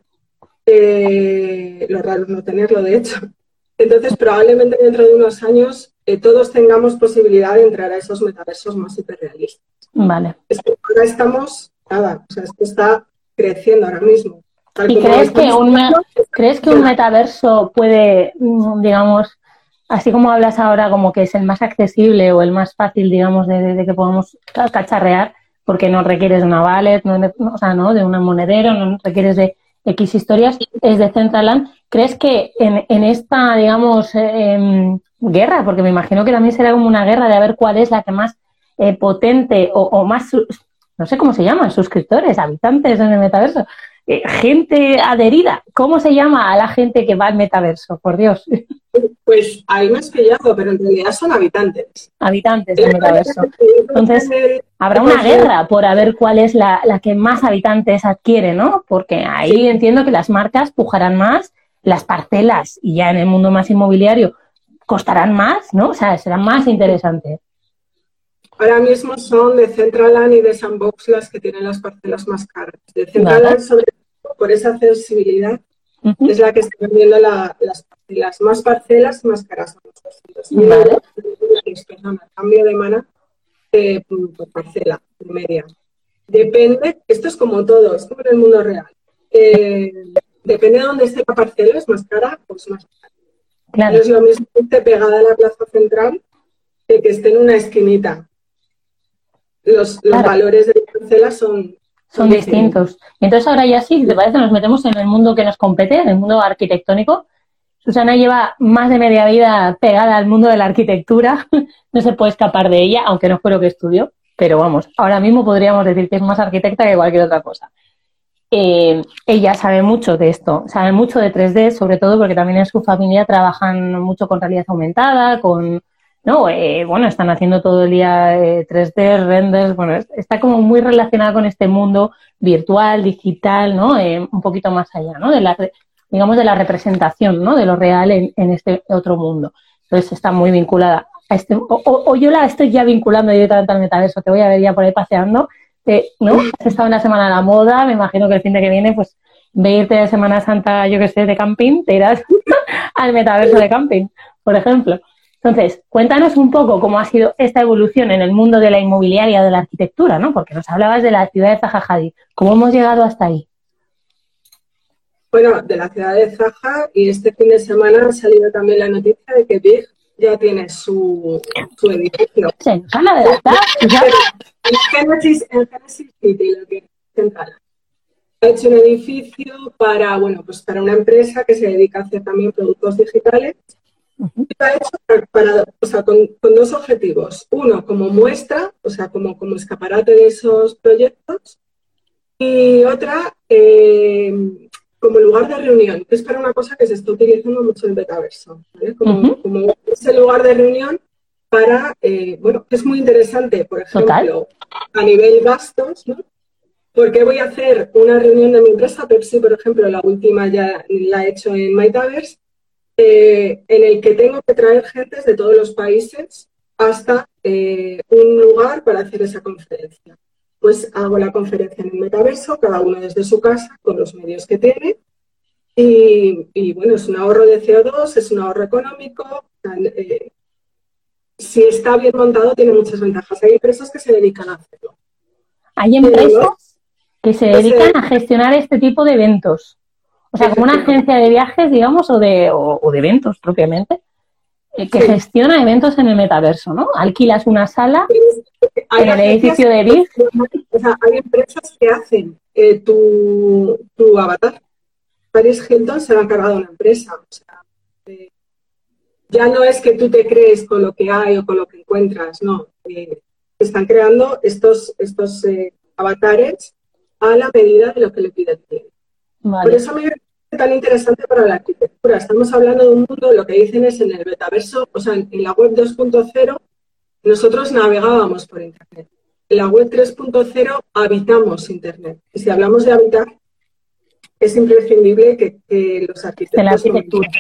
eh, lo raro es no tenerlo, de hecho. Entonces, probablemente dentro de unos años eh, todos tengamos posibilidad de entrar a esos metaversos más hiperrealistas. Vale. Es que ahora estamos, nada, o sea, esto está creciendo ahora mismo. Tal ¿Y como crees que, estamos un, hablando, crees que un metaverso puede, mm, digamos, así como hablas ahora, como que es el más accesible o el más fácil, digamos, de, de- de que podamos ca- cacharrear, porque no requieres de una wallet, no, ne- no, o sea, no de un monedero, no requieres de X historias, es de Decentraland. ¿Crees que en, en esta, digamos, eh, em, guerra, porque me imagino que también será como una guerra de a ver cuál es la que más eh, potente o, o más, su- no sé cómo se llaman, suscriptores, habitantes en el metaverso, eh, gente adherida, ¿cómo se llama a la gente que va al metaverso? Por Dios. pues ahí me has pillado, pero en realidad son habitantes. Habitantes del metaverso. Entonces, habrá una guerra por a ver cuál es la, la que más habitantes adquiere, ¿no? Porque ahí Sí. entiendo que las marcas pujarán más, las parcelas, y ya en el mundo más inmobiliario, costarán más, ¿no? O sea, será más interesante. Ahora mismo son de Decentraland y de Sandbox las que tienen las parcelas más caras. De Decentraland, Vale. sobre todo por esa accesibilidad, Ujú. es la que está vendiendo la- las parcelas. Más parcelas, más caras son los doscientos mil Vale. euros, perdón, el cambio de mana eh, por parcela de media. Depende, esto es como todo, es como en el mundo real. Eh, depende de dónde esté la parcela, es más cara, pues más cara. Claro. No es lo mismo que esté pegada a la plaza central que que esté en una esquinita. Los, los Claro. valores de la parcela son, Son distintos. Y entonces ahora ya sí, si te parece, nos metemos en el mundo que nos compete, en el mundo arquitectónico. Susana lleva más de media vida pegada al mundo de la arquitectura, no se puede escapar de ella, aunque no fue lo que estudió, pero vamos, ahora mismo podríamos decir que es más arquitecta que cualquier otra cosa. Eh, ella sabe mucho de esto, sabe mucho de tres D, sobre todo porque también en su familia trabajan mucho con realidad aumentada, con, ¿no? Eh, bueno, están haciendo todo el día eh, tres D, renders, bueno, es- está como muy relacionada con este mundo virtual, digital, ¿no? Eh, un poquito más allá, ¿no? De la, re- digamos, de la representación, ¿no? De lo real en, en este otro mundo. Entonces está muy vinculada a este, o, o- o yo la estoy ya vinculando directamente al metaverso, te voy a ver ya por ahí paseando, eh, ¿no? Has estado en la Semana de la Moda, me imagino que el fin de que viene, pues, de irte de Semana Santa, yo que sé, de camping, te irás al metaverso de camping, por ejemplo. Entonces, cuéntanos un poco cómo ha sido esta evolución en el mundo de la inmobiliaria, de la arquitectura, ¿no? Porque nos hablabas de la ciudad de Zaha Hadid. ¿Cómo hemos llegado hasta ahí? bueno, de la ciudad de Zaha, y este fin de semana ha salido también la noticia de que Big ya tiene su, su edificio. Se nos han adelantado, Susana. En Genesis, en Genesis City, lo que es central. Ha hecho un edificio para, bueno, pues para una empresa que se dedica a hacer también productos digitales. Ujú. Lo ha hecho para, para- o sea, con, con dos objetivos. Uno, como muestra, o sea, como, como escaparate de esos proyectos. Y otra, eh, como lugar de reunión, que es para una cosa que se está utilizando mucho en el metaverso, ¿vale? Como, Ujú. como ese lugar de reunión para, eh, bueno, es muy interesante, por Total. ejemplo, a nivel gastos, ¿no? Porque voy a hacer una reunión de mi empresa, Pepsi, por ejemplo, la última ya la he hecho en Metaverse, eh, en el que tengo que traer gentes de todos los países hasta eh, un lugar para hacer esa conferencia. Pues hago la conferencia en el metaverso, cada uno desde su casa, con los medios que tiene. Y, y bueno, es un ahorro de C O dos, es un ahorro económico. Eh, si está bien montado, tiene muchas ventajas. Hay empresas que se dedican a hacerlo. Hay empresas que se dedican a gestionar este tipo de eventos. O sea, como una agencia de viajes, digamos, o de, o, o de eventos propiamente, eh, que Sí. gestiona eventos en el metaverso, ¿no? Alquilas una sala Hay en el agencias edificio de Big. O sea, hay empresas que hacen eh, tu, tu avatar. Paris Hilton se va a encargar de una empresa. O sea, eh, ya no es que tú te crees con lo que hay o con lo que encuentras, no. Eh, están creando estos, estos eh, avatares a la medida de lo que le pide el cliente. Vale. Por eso me parece tan interesante para la arquitectura. Estamos hablando de un mundo, lo que dicen es en el metaverso, o sea, en, en la web dos punto cero, nosotros navegábamos por Internet. En la web tres punto cero habitamos Internet. Y si hablamos de habitar, es imprescindible que, que los arquitectos... De la arquitectura.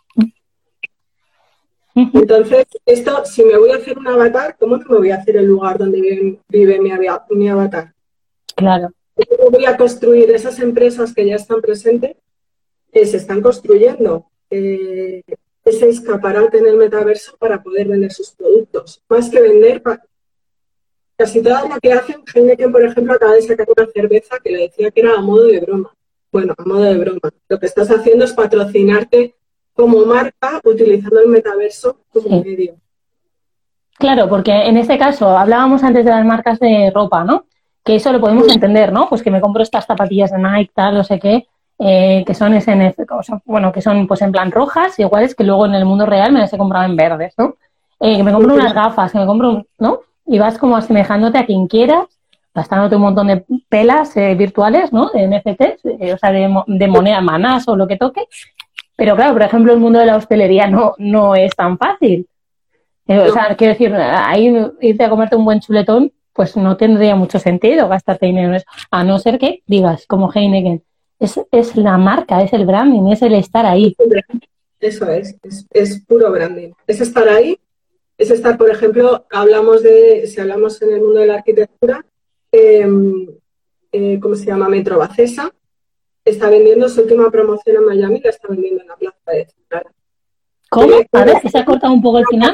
Entonces, esto, si me voy a hacer un avatar, ¿cómo no me voy a hacer el lugar donde vive, vive mi, mi avatar? Claro. ¿Cómo voy a construir esas empresas que ya están presentes? Eh, se están construyendo eh, ese escaparate en el metaverso para poder vender sus productos. Más que vender, pa casi todo lo que hacen, Heineken, por ejemplo, acaba de sacar una cerveza que le decía que era a modo de broma. Bueno, a modo de broma. Lo que estás haciendo es patrocinarte como marca utilizando el metaverso como Sí. medio. Claro, porque en este caso hablábamos antes de las marcas de ropa, ¿no? Que eso lo podemos entender, ¿no? Pues que me compro estas zapatillas de Nike, tal, no sé qué, eh, que son S N F, o sea, bueno, que son pues en plan rojas, iguales que luego en el mundo real me las he comprado en verdes, ¿no? Eh, que me compro unas gafas, que me compro, un- ¿no? Y vas como asemejándote a quien quieras, gastándote un montón de pelas eh, virtuales, ¿no? De N F Ts, eh, o sea, de, mo- de moneda, manás o lo que toque. Pero claro, por ejemplo, el mundo de la hostelería no, no es tan fácil. Eh, O sea, quiero decir, ahí irte a comerte un buen chuletón, pues no tendría mucho sentido gastarte dinero en eso. A no ser que digas, como Heineken, es, es la marca, es el branding, es el estar ahí. Eso es, es, es puro branding. Es estar ahí, es estar, por ejemplo, hablamos de, si hablamos en el mundo de la arquitectura, eh, eh, ¿cómo se llama? Metro Bacesa está vendiendo su última promoción en Miami, la está vendiendo en la plaza de Central. ¿Cómo? A ver, que se ha cortado un poco el final.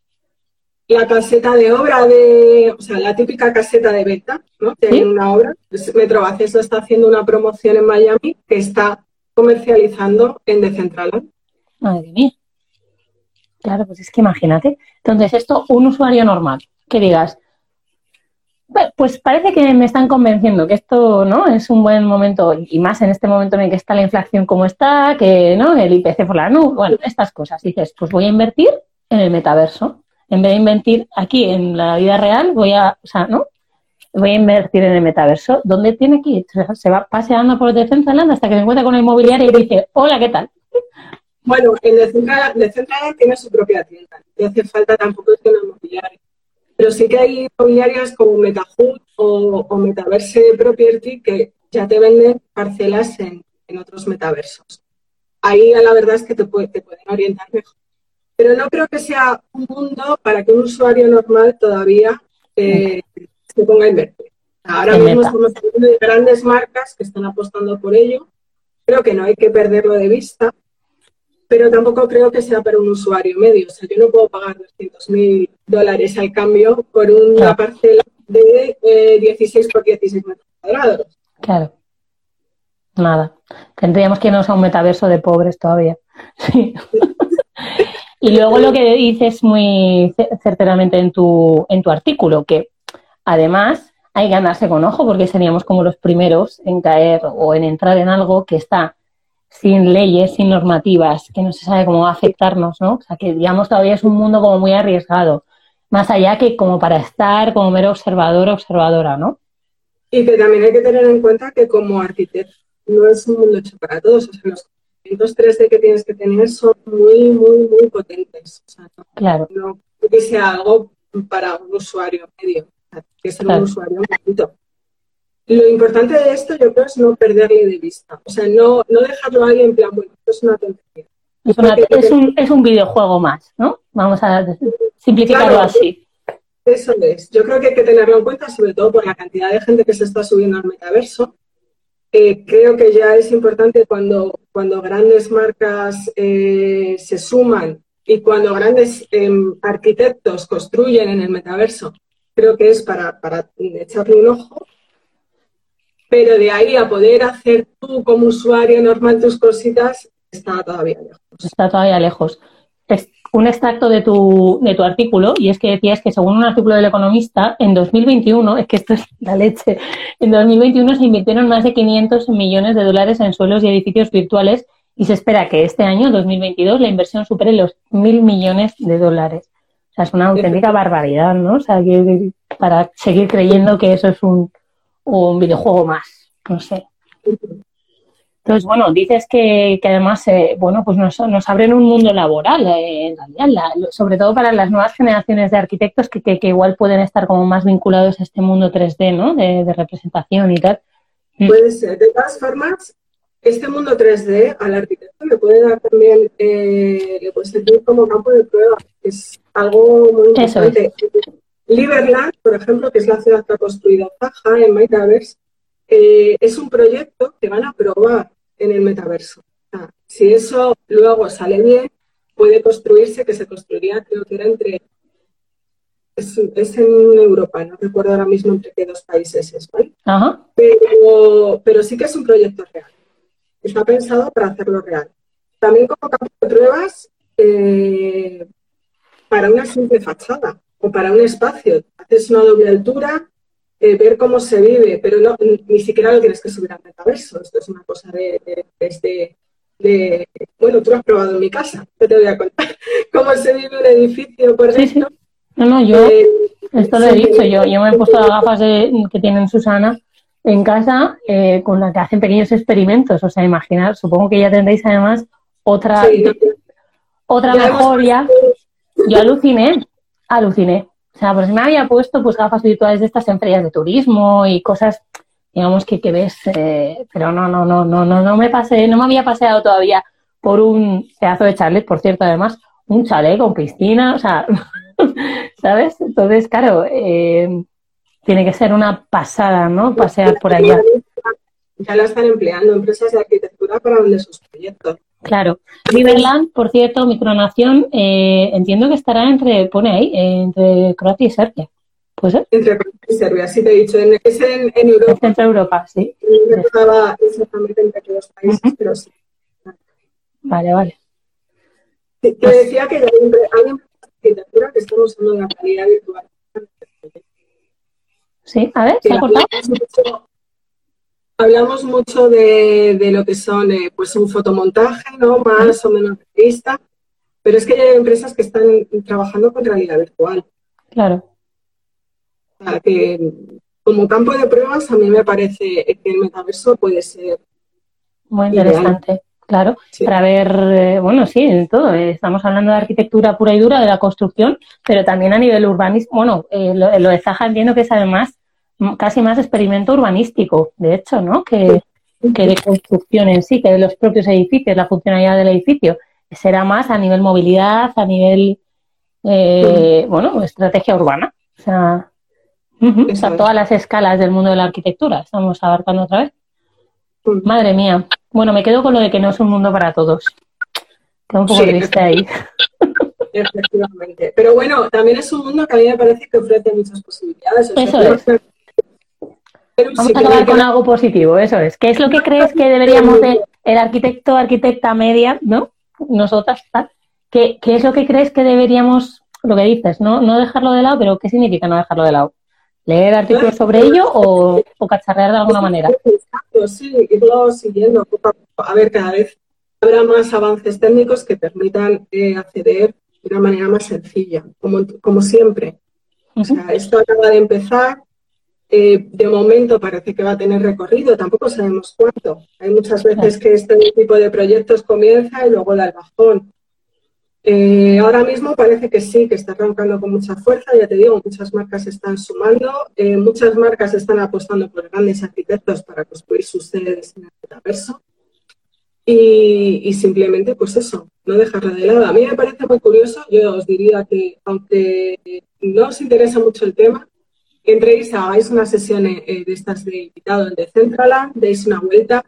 La caseta de obra de, o sea, la típica caseta de venta, ¿no? Que hay ¿Sí? en una obra. Pues Metro Bacesa está haciendo una promoción en Miami que está comercializando en Decentraland. Madre mía. Claro, pues es que imagínate. Entonces, esto, un usuario normal, que digas, "Bueno, pues parece que me están convenciendo que esto, ¿no? Es un buen momento, y más en este momento en el que está la inflación como está, que, ¿no? El I P C por la nube, bueno, estas cosas. Dices, pues voy a invertir en el metaverso. En vez de invertir aquí en la vida real, voy a, o sea, ¿no? Voy a invertir en el metaverso. ¿Dónde tiene que ir? Se va paseando por Decentraland hasta que se encuentra con la inmobiliaria y dice, hola, ¿qué tal? Bueno, en Decentraland, Decentraland tiene su propia tienda. No hace falta tampoco que una inmobiliaria. Pero sí que hay inmobiliarias como MetaHood o, o Metaverse Property que ya te venden parcelas en, en otros metaversos. Ahí la verdad es que te, puede, te pueden orientar mejor. Pero no creo que sea un mundo para que un usuario normal todavía eh, se ponga a invertir. Ahora En mismo meta. estamos hablando de grandes marcas que están apostando por ello. Creo que no hay que perderlo de vista, pero tampoco creo que sea para un usuario medio. O sea, yo no puedo pagar doscientos mil dólares al cambio por una Claro. parcela de eh, dieciséis por dieciséis metros cuadrados. Claro. Nada. Tendríamos que irnos a un metaverso de pobres todavía. Sí. Y luego lo que dices muy certeramente en tu, en tu artículo, que además hay que andarse con ojo porque seríamos como los primeros en caer o en entrar en algo que está sin leyes, sin normativas, que no se sabe cómo va a afectarnos, ¿no? O sea, que digamos todavía es un mundo como muy arriesgado, más allá que como para estar como mero observador o observadora, ¿no? Y que también hay que tener en cuenta que como arquitecto no es un mundo hecho para todos. O sea, los conocimientos tres D que tienes que tener son muy, muy, muy potentes. O sea, no, Claro. no que sea algo para un usuario medio, o sea, que ser Claro. un usuario poquito. Lo importante de esto yo creo es no perderle de vista. O sea, no, no dejarlo ahí en plan, bueno, esto es una tontería. Es, una, es, un, es un videojuego más, ¿no? Vamos a simplificarlo Claro, así. Eso es. Yo creo que hay que tenerlo en cuenta, sobre todo por la cantidad de gente que se está subiendo al metaverso. Eh, creo que ya es importante cuando, cuando grandes marcas eh, se suman y cuando grandes eh, arquitectos construyen en el metaverso. Creo que es para, para echarle un ojo. Pero de ahí a poder hacer tú como usuario normal tus cositas, está todavía lejos. Está todavía lejos. Es un extracto de tu, de tu artículo, y es que decías que según un artículo del Economista, en dos mil veintiuno, es que esto es la leche, en dos mil veintiuno se invirtieron más de quinientos millones de dólares en suelos y edificios virtuales y se espera que este año, dos mil veintidós, la inversión supere los mil millones de dólares. O sea, es una auténtica barbaridad, ¿no? O sea, que, para seguir creyendo que eso es un, un videojuego más, no sé. Entonces, bueno, dices que, que además, eh, bueno, pues nos, nos abren un mundo laboral, eh, en realidad, la, sobre todo para las nuevas generaciones de arquitectos que, que, que igual pueden estar como más vinculados a este mundo tres D, ¿no? De, de representación y tal. Puede ser. De todas formas, este mundo tres D al arquitecto le puede dar también, eh, le puede servir como campo de prueba. Es algo muy importante. Es. Liberland, por ejemplo, que es la ciudad que ha construido Zaha en Metaverse, eh, es un proyecto que van a probar en el metaverso. O sea, si eso luego sale bien, puede construirse, que se construiría, creo que era entre es, es en Europa, no recuerdo ahora mismo entre qué dos países es, ¿vale? Ajá. Pero, pero sí que es un proyecto real. Está pensado para hacerlo real. También como campo de pruebas eh, para una simple fachada o para un espacio. Haces una doble altura, eh, ver cómo se vive, pero no, ni siquiera lo tienes que subir al metaverso. Esto es una cosa de, de, de, de... Bueno, tú lo has probado en mi casa, te voy a contar cómo se vive un edificio por dentro. Sí, sí. No, no, yo, eh, esto lo he sí, dicho, yo, yo me he puesto las gafas de, que tienen Susana en casa eh, con las que hacen pequeños experimentos, o sea, imaginar, supongo que ya tendréis además otra, sí, otra ya mejoría. Yo aluciné, aluciné. O sea, pues me había puesto pues gafas virtuales de estas en ferias de turismo y cosas, digamos, que, que ves, eh, pero no, no, no, no, no, no me pasé, no me había paseado todavía por un pedazo de chalet, por cierto, además, un chalet con piscina, o sea, ¿sabes? Entonces, claro, eh, tiene que ser una pasada, ¿no? Pasear por allá. Ya la están empleando empresas de arquitectura para vender sus proyectos. Claro. Riverland, por cierto, micronación, eh, entiendo que estará entre, pone ahí, eh, entre Croacia y Serbia. ¿Puede ser? Entre Croacia y Serbia, sí te he dicho. En, es en, en Europa. Es entre Europa, sí. No estaba exactamente entre aquellos países, uh-huh. pero sí. Vale, vale. Te, te decía que hay empresas de arquitectura que están usando la realidad virtual. Sí, a ver, ¿se ha cortado? Mucho, hablamos mucho de, de lo que son eh, pues un fotomontaje, ¿no? Más o menos realista, pero es que hay empresas que están trabajando con realidad virtual. Claro. O sea, que como campo de pruebas a mí me parece que el metaverso puede ser muy interesante. Ideal. Claro, sí. Para ver, eh, bueno, sí, en todo. Eh, estamos hablando de arquitectura pura y dura, de la construcción, pero también a nivel urbanismo. Bueno, eh, lo, lo de Zaha entiendo que es además casi más experimento urbanístico, de hecho, ¿no? Que, que de construcción en sí, que de los propios edificios, la funcionalidad del edificio. Será más a nivel movilidad, a nivel, eh, sí. bueno, estrategia urbana. O sea, uh-huh, o sea, todas las escalas del mundo de la arquitectura. Estamos abarcando otra vez. Sí. Madre mía. Bueno, me quedo con lo de que no es un mundo para todos. Quedo un poco sí, triste ahí. Efectivamente. Pero bueno, también es un mundo que a mí me parece que ofrece muchas posibilidades. O sea, eso es. Que... Vamos a acabar con algo positivo, eso es. ¿Qué es lo que crees que deberíamos de, el arquitecto, arquitecta media, ¿no? Nosotras, tal. ¿Qué, ¿Qué es lo que crees que deberíamos, lo que dices, no, no dejarlo de lado, pero qué significa no dejarlo de lado? ¿Leer artículos sobre ello o, o cacharrear de alguna manera? Exacto, sí, irlo siguiendo poco a poco. A ver, cada vez habrá más avances técnicos que permitan eh, acceder de una manera más sencilla, como, como siempre. O sea, esto acaba de empezar, eh, de momento parece que va a tener recorrido, tampoco sabemos cuánto. Hay muchas veces que este tipo de proyectos comienza y luego da el bajón. Eh, ahora mismo parece que sí, que está arrancando con mucha fuerza, ya te digo, muchas marcas se están sumando, eh, muchas marcas están apostando por grandes arquitectos para construir sus sedes en el metaverso y, y simplemente pues eso, no dejarlo de lado. A mí me parece muy curioso, yo os diría que aunque no os interesa mucho el tema, entréis, hagáis una sesión eh, de estas de invitado en Decentraland, deis una vuelta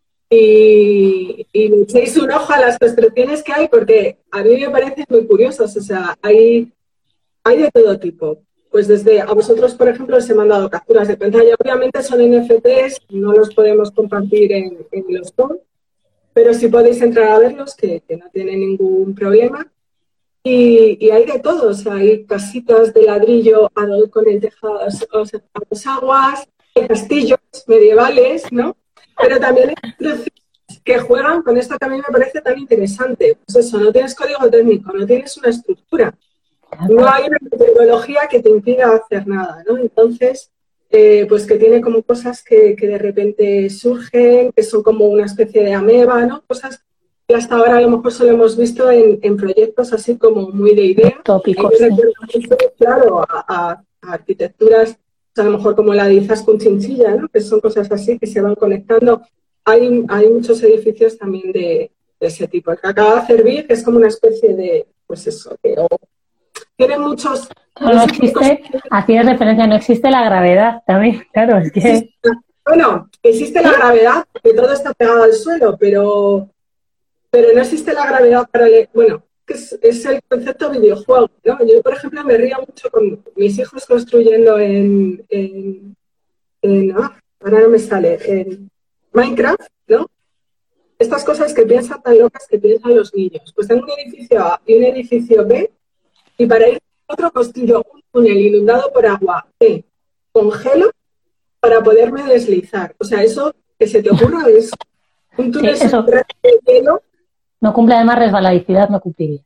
y, y le echéis un ojo a las construcciones que hay, porque a mí me parecen muy curiosas. O sea, hay, hay de todo tipo. Pues desde a vosotros, por ejemplo, os he mandado capturas de pantalla. Obviamente son N F Ts, no los podemos compartir en, en los com, pero sí podéis entrar a verlos, que, que no tienen ningún problema. Y, y hay de todo. O sea, hay casitas de ladrillo con el tejado o sea, a las aguas, hay castillos medievales, ¿no? Pero también hay que juegan con esto que a mí me parece tan interesante. Pues eso, no tienes código técnico, no tienes una estructura. No hay una metodología que te impida hacer nada, ¿no? Entonces, eh, pues que tiene como cosas que, que de repente surgen, que son como una especie de ameba, ¿no? Cosas que hasta ahora a lo mejor solo hemos visto en, en proyectos así como muy de idea. Tópicos, sí. Claro, a, a, a arquitecturas a lo mejor como la de Izaskun Chinchilla, ¿no? Que son cosas así que se van conectando. Hay, hay muchos edificios también de, de ese tipo. El que acaba de servir, que es como una especie de, pues eso, que o, tiene muchos... No, no existe, hacías referencia, no existe la gravedad también, claro, es que... Existe, bueno, existe la gravedad, que todo está pegado al suelo, pero, pero no existe la gravedad para... El, bueno, que es, es el concepto videojuego, ¿no? Yo, por ejemplo, me río mucho con mis hijos construyendo en, en, en ah, ahora no me sale, en Minecraft, ¿no? Estas cosas que piensan tan locas que piensan los niños. Pues tengo un edificio A y un edificio B, y para ir a otro construyo un túnel inundado por agua B, congelo para poderme deslizar. O sea, eso que se te ocurra es un túnel Sí, eso. de hielo. No cumple además resbaladicidad, no cumpliría.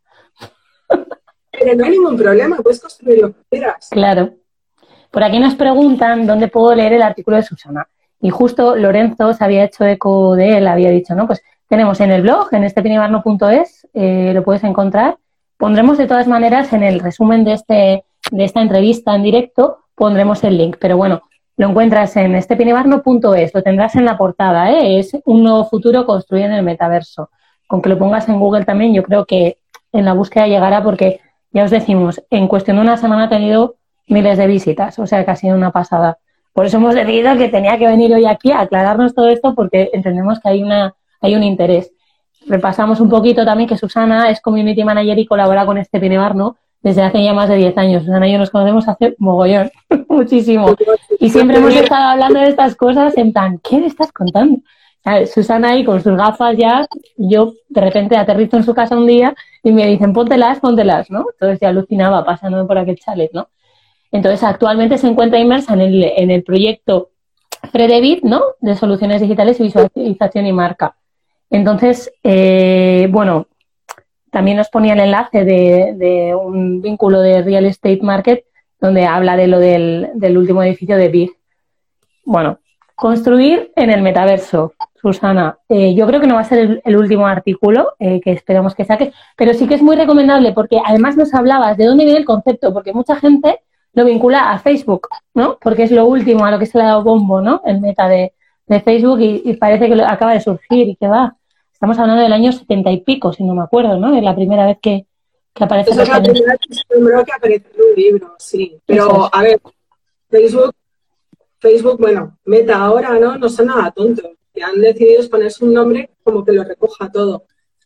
Pero no hay ningún problema, puedes construir lo que quieras. Claro. Por aquí nos preguntan dónde puedo leer el artículo de Susana. Y justo Lorenzo se había hecho eco de él, había dicho, ¿no? Pues tenemos en el blog, en estepinibarno punto es, eh, lo puedes encontrar. Pondremos de todas maneras en el resumen de, este, de esta entrevista en directo, pondremos el link. Pero bueno, lo encuentras en estepinibarno punto es, lo tendrás en la portada, ¿eh? Es un nuevo futuro construido en el metaverso. Con que lo pongas en Google también, yo creo que en la búsqueda llegará porque, ya os decimos, en cuestión de una semana ha tenido miles de visitas, o sea que ha sido una pasada. Por eso hemos decidido que tenía que venir hoy aquí a aclararnos todo esto porque entendemos que hay una hay un interés. Repasamos un poquito también que Susana es Community Manager y colabora con Estepine Barno desde hace ya más de diez años. Susana y yo nos conocemos hace mogollón, muchísimo. Y siempre hemos estado hablando de estas cosas en plan, ¿qué le estás contando? ¿Sabes? Susana ahí con sus gafas ya, yo de repente aterrizo en su casa un día y me dicen, póntelas, póntelas, ¿no? Entonces ya alucinaba pasándome por aquel chalet, ¿no? Entonces actualmente se encuentra inmersa en el, en el proyecto Fredebit, ¿no? De soluciones digitales y visualización y marca. Entonces, eh, bueno, también nos ponía el enlace de, de un vínculo de Real Estate Market donde habla de lo del, del último edificio de Big. Bueno, construir en el metaverso, Susana. Eh, yo creo que no va a ser el, el último artículo eh, que esperamos que saques, pero sí que es muy recomendable porque además nos hablabas de dónde viene el concepto, porque mucha gente lo vincula a Facebook, ¿no? Porque es lo último a lo que se le ha dado bombo, ¿no? El meta de, de Facebook y, y parece que lo, acaba de surgir y que va. Estamos hablando del año setenta y pico, si no me acuerdo, ¿no? Es la primera vez que, que aparece. Esa es la primera vez que se nombró que aparece en un libro, sí. Pero, a ver, Facebook, Facebook, bueno, Meta ahora, ¿no? No son nada tontos. Que han decidido ponerse un nombre como que lo recoja todo.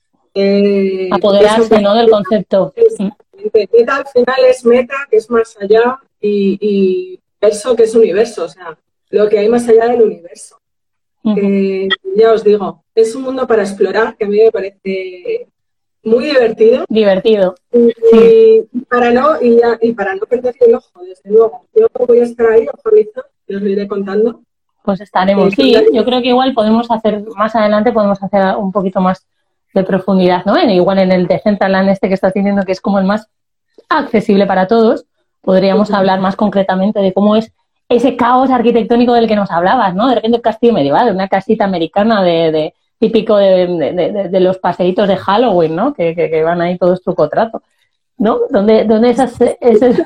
Eh, Apoderarse, ¿no? Del concepto. Meta al final es meta, que es más allá, y, y verso, que es universo, o sea, lo que hay más allá del universo. Uh-huh. Eh, ya os digo, es un mundo para explorar que a mí me parece muy divertido. Divertido. Y, sí. y para no y, ya, y para no perder el ojo, desde luego. Yo voy a estar ahí, ojo listo, y os lo iré contando. Pues estaremos, eh, sí. Yo creo que igual podemos hacer, más adelante podemos hacer un poquito más de profundidad, ¿no? En, igual en el Decentraland este que estás diciendo que es como el más accesible para todos, podríamos uh-huh. hablar más concretamente de cómo es ese caos arquitectónico del que nos hablabas, ¿no? De repente el castillo medieval, una casita americana de, de típico de, de, de, de los paseitos de Halloween, ¿no? Que, que, que van ahí todos truco-trato, ¿no? Donde, donde esas, esos,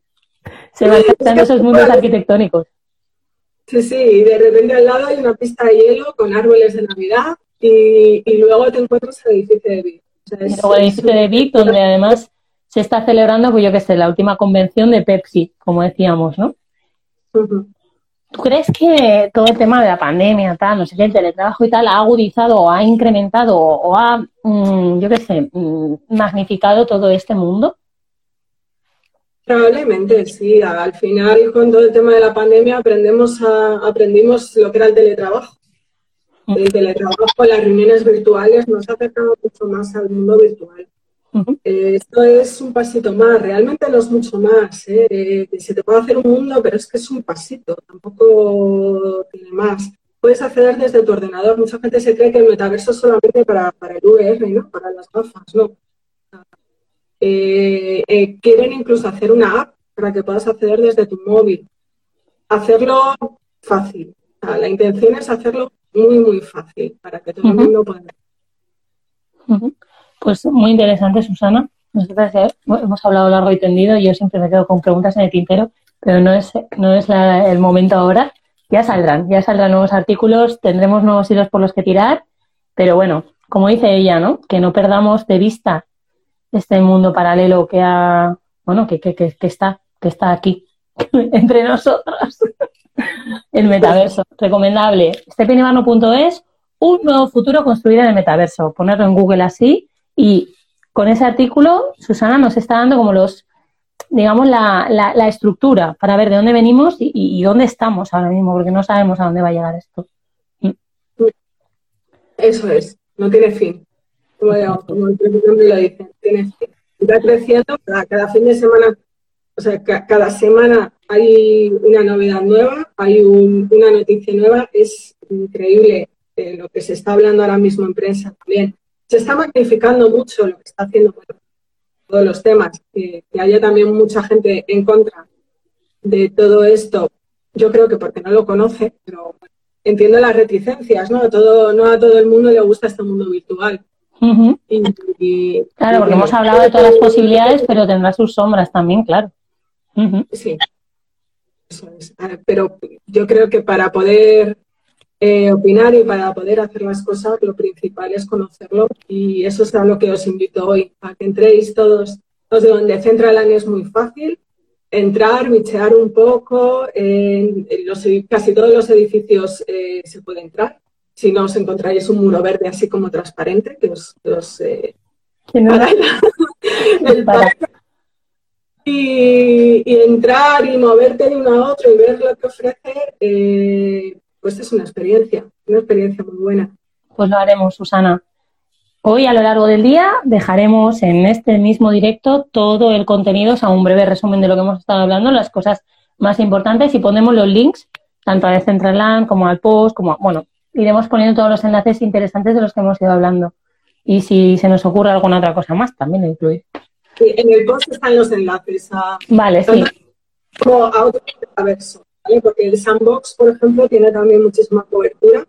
se van tratando esos mundos arquitectónicos. Sí, sí, y de repente al lado hay una pista de hielo con árboles de Navidad y, y luego te encuentras el edificio de Vic. O sea, es, luego el edificio de Vic, donde además se está celebrando, pues yo qué sé, la última convención de Pepsi, como decíamos, ¿no? Uh-huh. ¿Tú crees que todo el tema de la pandemia, tal, no sé qué, el teletrabajo y tal, ha agudizado o ha incrementado o ha, mmm, yo qué sé, mmm, magnificado todo este mundo? Probablemente, sí. Al final, con todo el tema de la pandemia, aprendemos a, aprendimos lo que era el teletrabajo. El teletrabajo, las reuniones virtuales, nos ha acercado mucho más al mundo virtual. Uh-huh. Eh, esto es un pasito más, realmente no es mucho más. ¿eh? Eh, se te puede hacer un mundo, pero es que es un pasito, tampoco tiene más. Puedes acceder desde tu ordenador. Mucha gente se cree que el metaverso es solamente para, para el V R, ¿no? Para las gafas, no. Eh, eh, quieren incluso hacer una app para que puedas acceder desde tu móvil. Hacerlo fácil. O sea, la intención es hacerlo muy, muy fácil para que todo uh-huh. el mundo pueda. Uh-huh. Pues muy interesante, Susana. Nosotras ya hemos hablado largo y tendido y yo siempre me quedo con preguntas en el tintero, pero no es, no es la, el momento ahora. Ya saldrán, ya saldrán nuevos artículos, tendremos nuevos hilos por los que tirar, pero bueno, como dice ella, ¿no? Que no perdamos de vista este mundo paralelo que ha, bueno, que, que, que, que está, que está aquí entre nosotros. El metaverso, recomendable. estepinibarno punto es, un nuevo futuro construido en el metaverso. Ponerlo en Google así y con ese artículo, Susana nos está dando como los, digamos, la, la, la estructura para ver de dónde venimos y, y dónde estamos ahora mismo, porque no sabemos a dónde va a llegar esto. Eso es, no tiene fin. Como, como el presidente lo dice, tiene fin. Está creciendo, cada, cada fin de semana, o sea, ca, cada semana hay una novedad nueva, hay un, una noticia nueva, es increíble eh, lo que se está hablando ahora mismo en prensa también. Se está magnificando mucho lo que está haciendo con todos los temas, que, que haya también mucha gente en contra de todo esto. Yo creo que porque no lo conoce, pero entiendo las reticencias, ¿no? Todo, no a todo el mundo le gusta este mundo virtual. Uh-huh. Y, y, claro, y, porque hemos hablado de todas las posibilidades, pero tendrá sus sombras también, claro. Uh-huh. Sí, eso es. Pero yo creo que para poder eh, opinar y para poder hacer las cosas, lo principal es conocerlo, y eso es a lo que os invito hoy, a que entréis todos. Os digo, en Decentraland es muy fácil entrar, bichear un poco, en, en los, casi todos los edificios eh, se puede entrar. Si no, os encontráis un muro verde así como transparente que os, que os eh, no. para el paso. Y, y entrar y moverte de uno a otro y ver lo que ofrece, eh, pues es una experiencia, una experiencia muy buena. Pues lo haremos, Susana. Hoy, a lo largo del día, dejaremos en este mismo directo todo el contenido, o sea, un breve resumen de lo que hemos estado hablando, las cosas más importantes, y ponemos los links, tanto a Decentraland como al post, como a, bueno, iremos poniendo todos los enlaces interesantes de los que hemos ido hablando. Y si se nos ocurre alguna otra cosa más, también lo incluir. Sí, en el post están los enlaces a, vale, sí. como a otro metaverso, ¿vale? Porque el Sandbox, por ejemplo, tiene también muchísima cobertura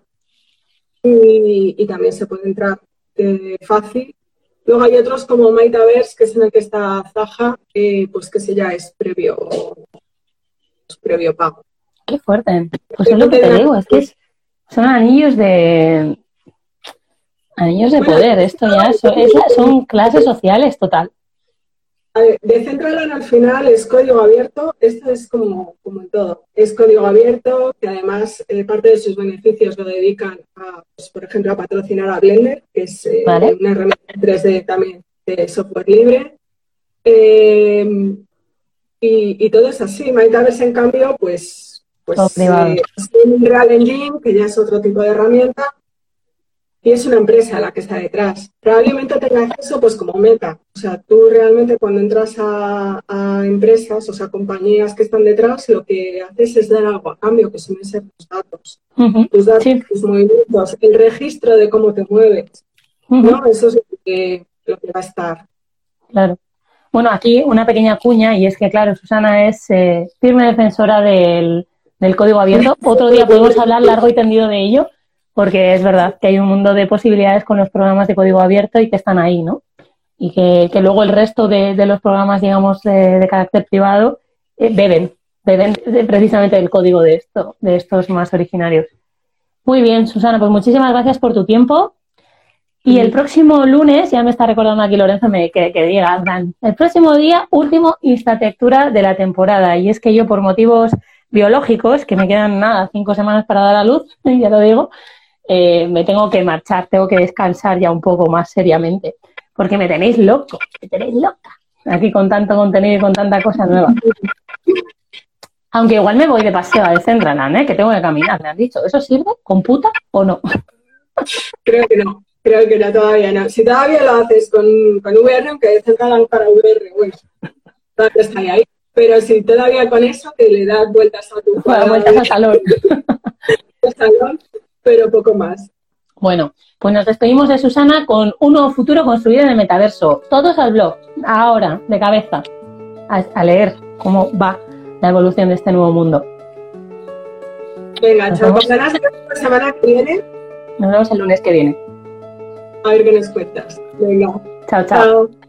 y, y también se puede entrar eh, fácil. Luego hay otros como Metaverse, que es en el que está Zaha, eh, pues que ese ya es previo, es previo pago. Qué fuerte. Pues es lo que te digo, es que es, son anillos de anillos de poder. Esto ya son, es, son clases sociales total. Decentraland al final es código abierto, esto es como, como en todo, es código abierto, que además eh, parte de sus beneficios lo dedican a, pues, por ejemplo, a patrocinar a Blender, que es eh, ¿vale? una herramienta tres D también de software libre, eh, y, y todo es así. Metaverse, en cambio, pues, pues eh, es un Real Engine, que ya es otro tipo de herramienta, y es una empresa la que está detrás. Probablemente tenga acceso pues como Meta. O sea, tú realmente cuando entras a, a empresas, o sea, compañías que están detrás, lo que haces es dar algo a cambio, que suelen ser tus datos. Uh-huh. Tus datos, sí. Tus movimientos, el registro de cómo te mueves. Uh-huh. ¿No? Eso es lo que, lo que va a estar. Claro. Bueno, aquí una pequeña cuña, y es que, claro, Susana es eh, firme defensora del, del código abierto. Otro día podemos hablar largo y tendido de ello, porque es verdad que hay un mundo de posibilidades con los programas de código abierto y que están ahí, ¿no? Y que, que luego el resto de, de los programas, digamos, de, de carácter privado, eh, beben, beben de, precisamente del código de esto, de estos más originarios. Muy bien, Susana, pues muchísimas gracias por tu tiempo. Y el próximo lunes, ya me está recordando aquí Lorenzo me, que, que diga, Dan, el próximo día, último Instatectura de la temporada. Y es que yo, por motivos biológicos, que me quedan nada, cinco semanas para dar a luz, ya lo digo, Eh, me tengo que marchar, tengo que descansar ya un poco más seriamente, porque me tenéis loco, me tenéis loca, aquí con tanto contenido y con tanta cosa nueva. Aunque igual me voy de paseo a Decentraland, ¿eh? Que tengo que caminar, me han dicho. ¿Eso sirve? ¿Computa o no? Creo que no, creo que no, todavía no. Si todavía lo haces con, con V R, aunque Decentraland para V R, bueno, todavía está ahí. Pero si todavía con eso, que le das vueltas a tu bueno, vueltas al salón. al salón. Pero poco más. Bueno, pues nos despedimos de Susana con un nuevo futuro construido en el metaverso. Todos al blog, ahora, de cabeza, a, a leer cómo va la evolución de este nuevo mundo. Venga, chao. Pues la semana que viene. Nos vemos el lunes que viene. A ver qué nos cuentas. Venga. Chao, chao. Chao.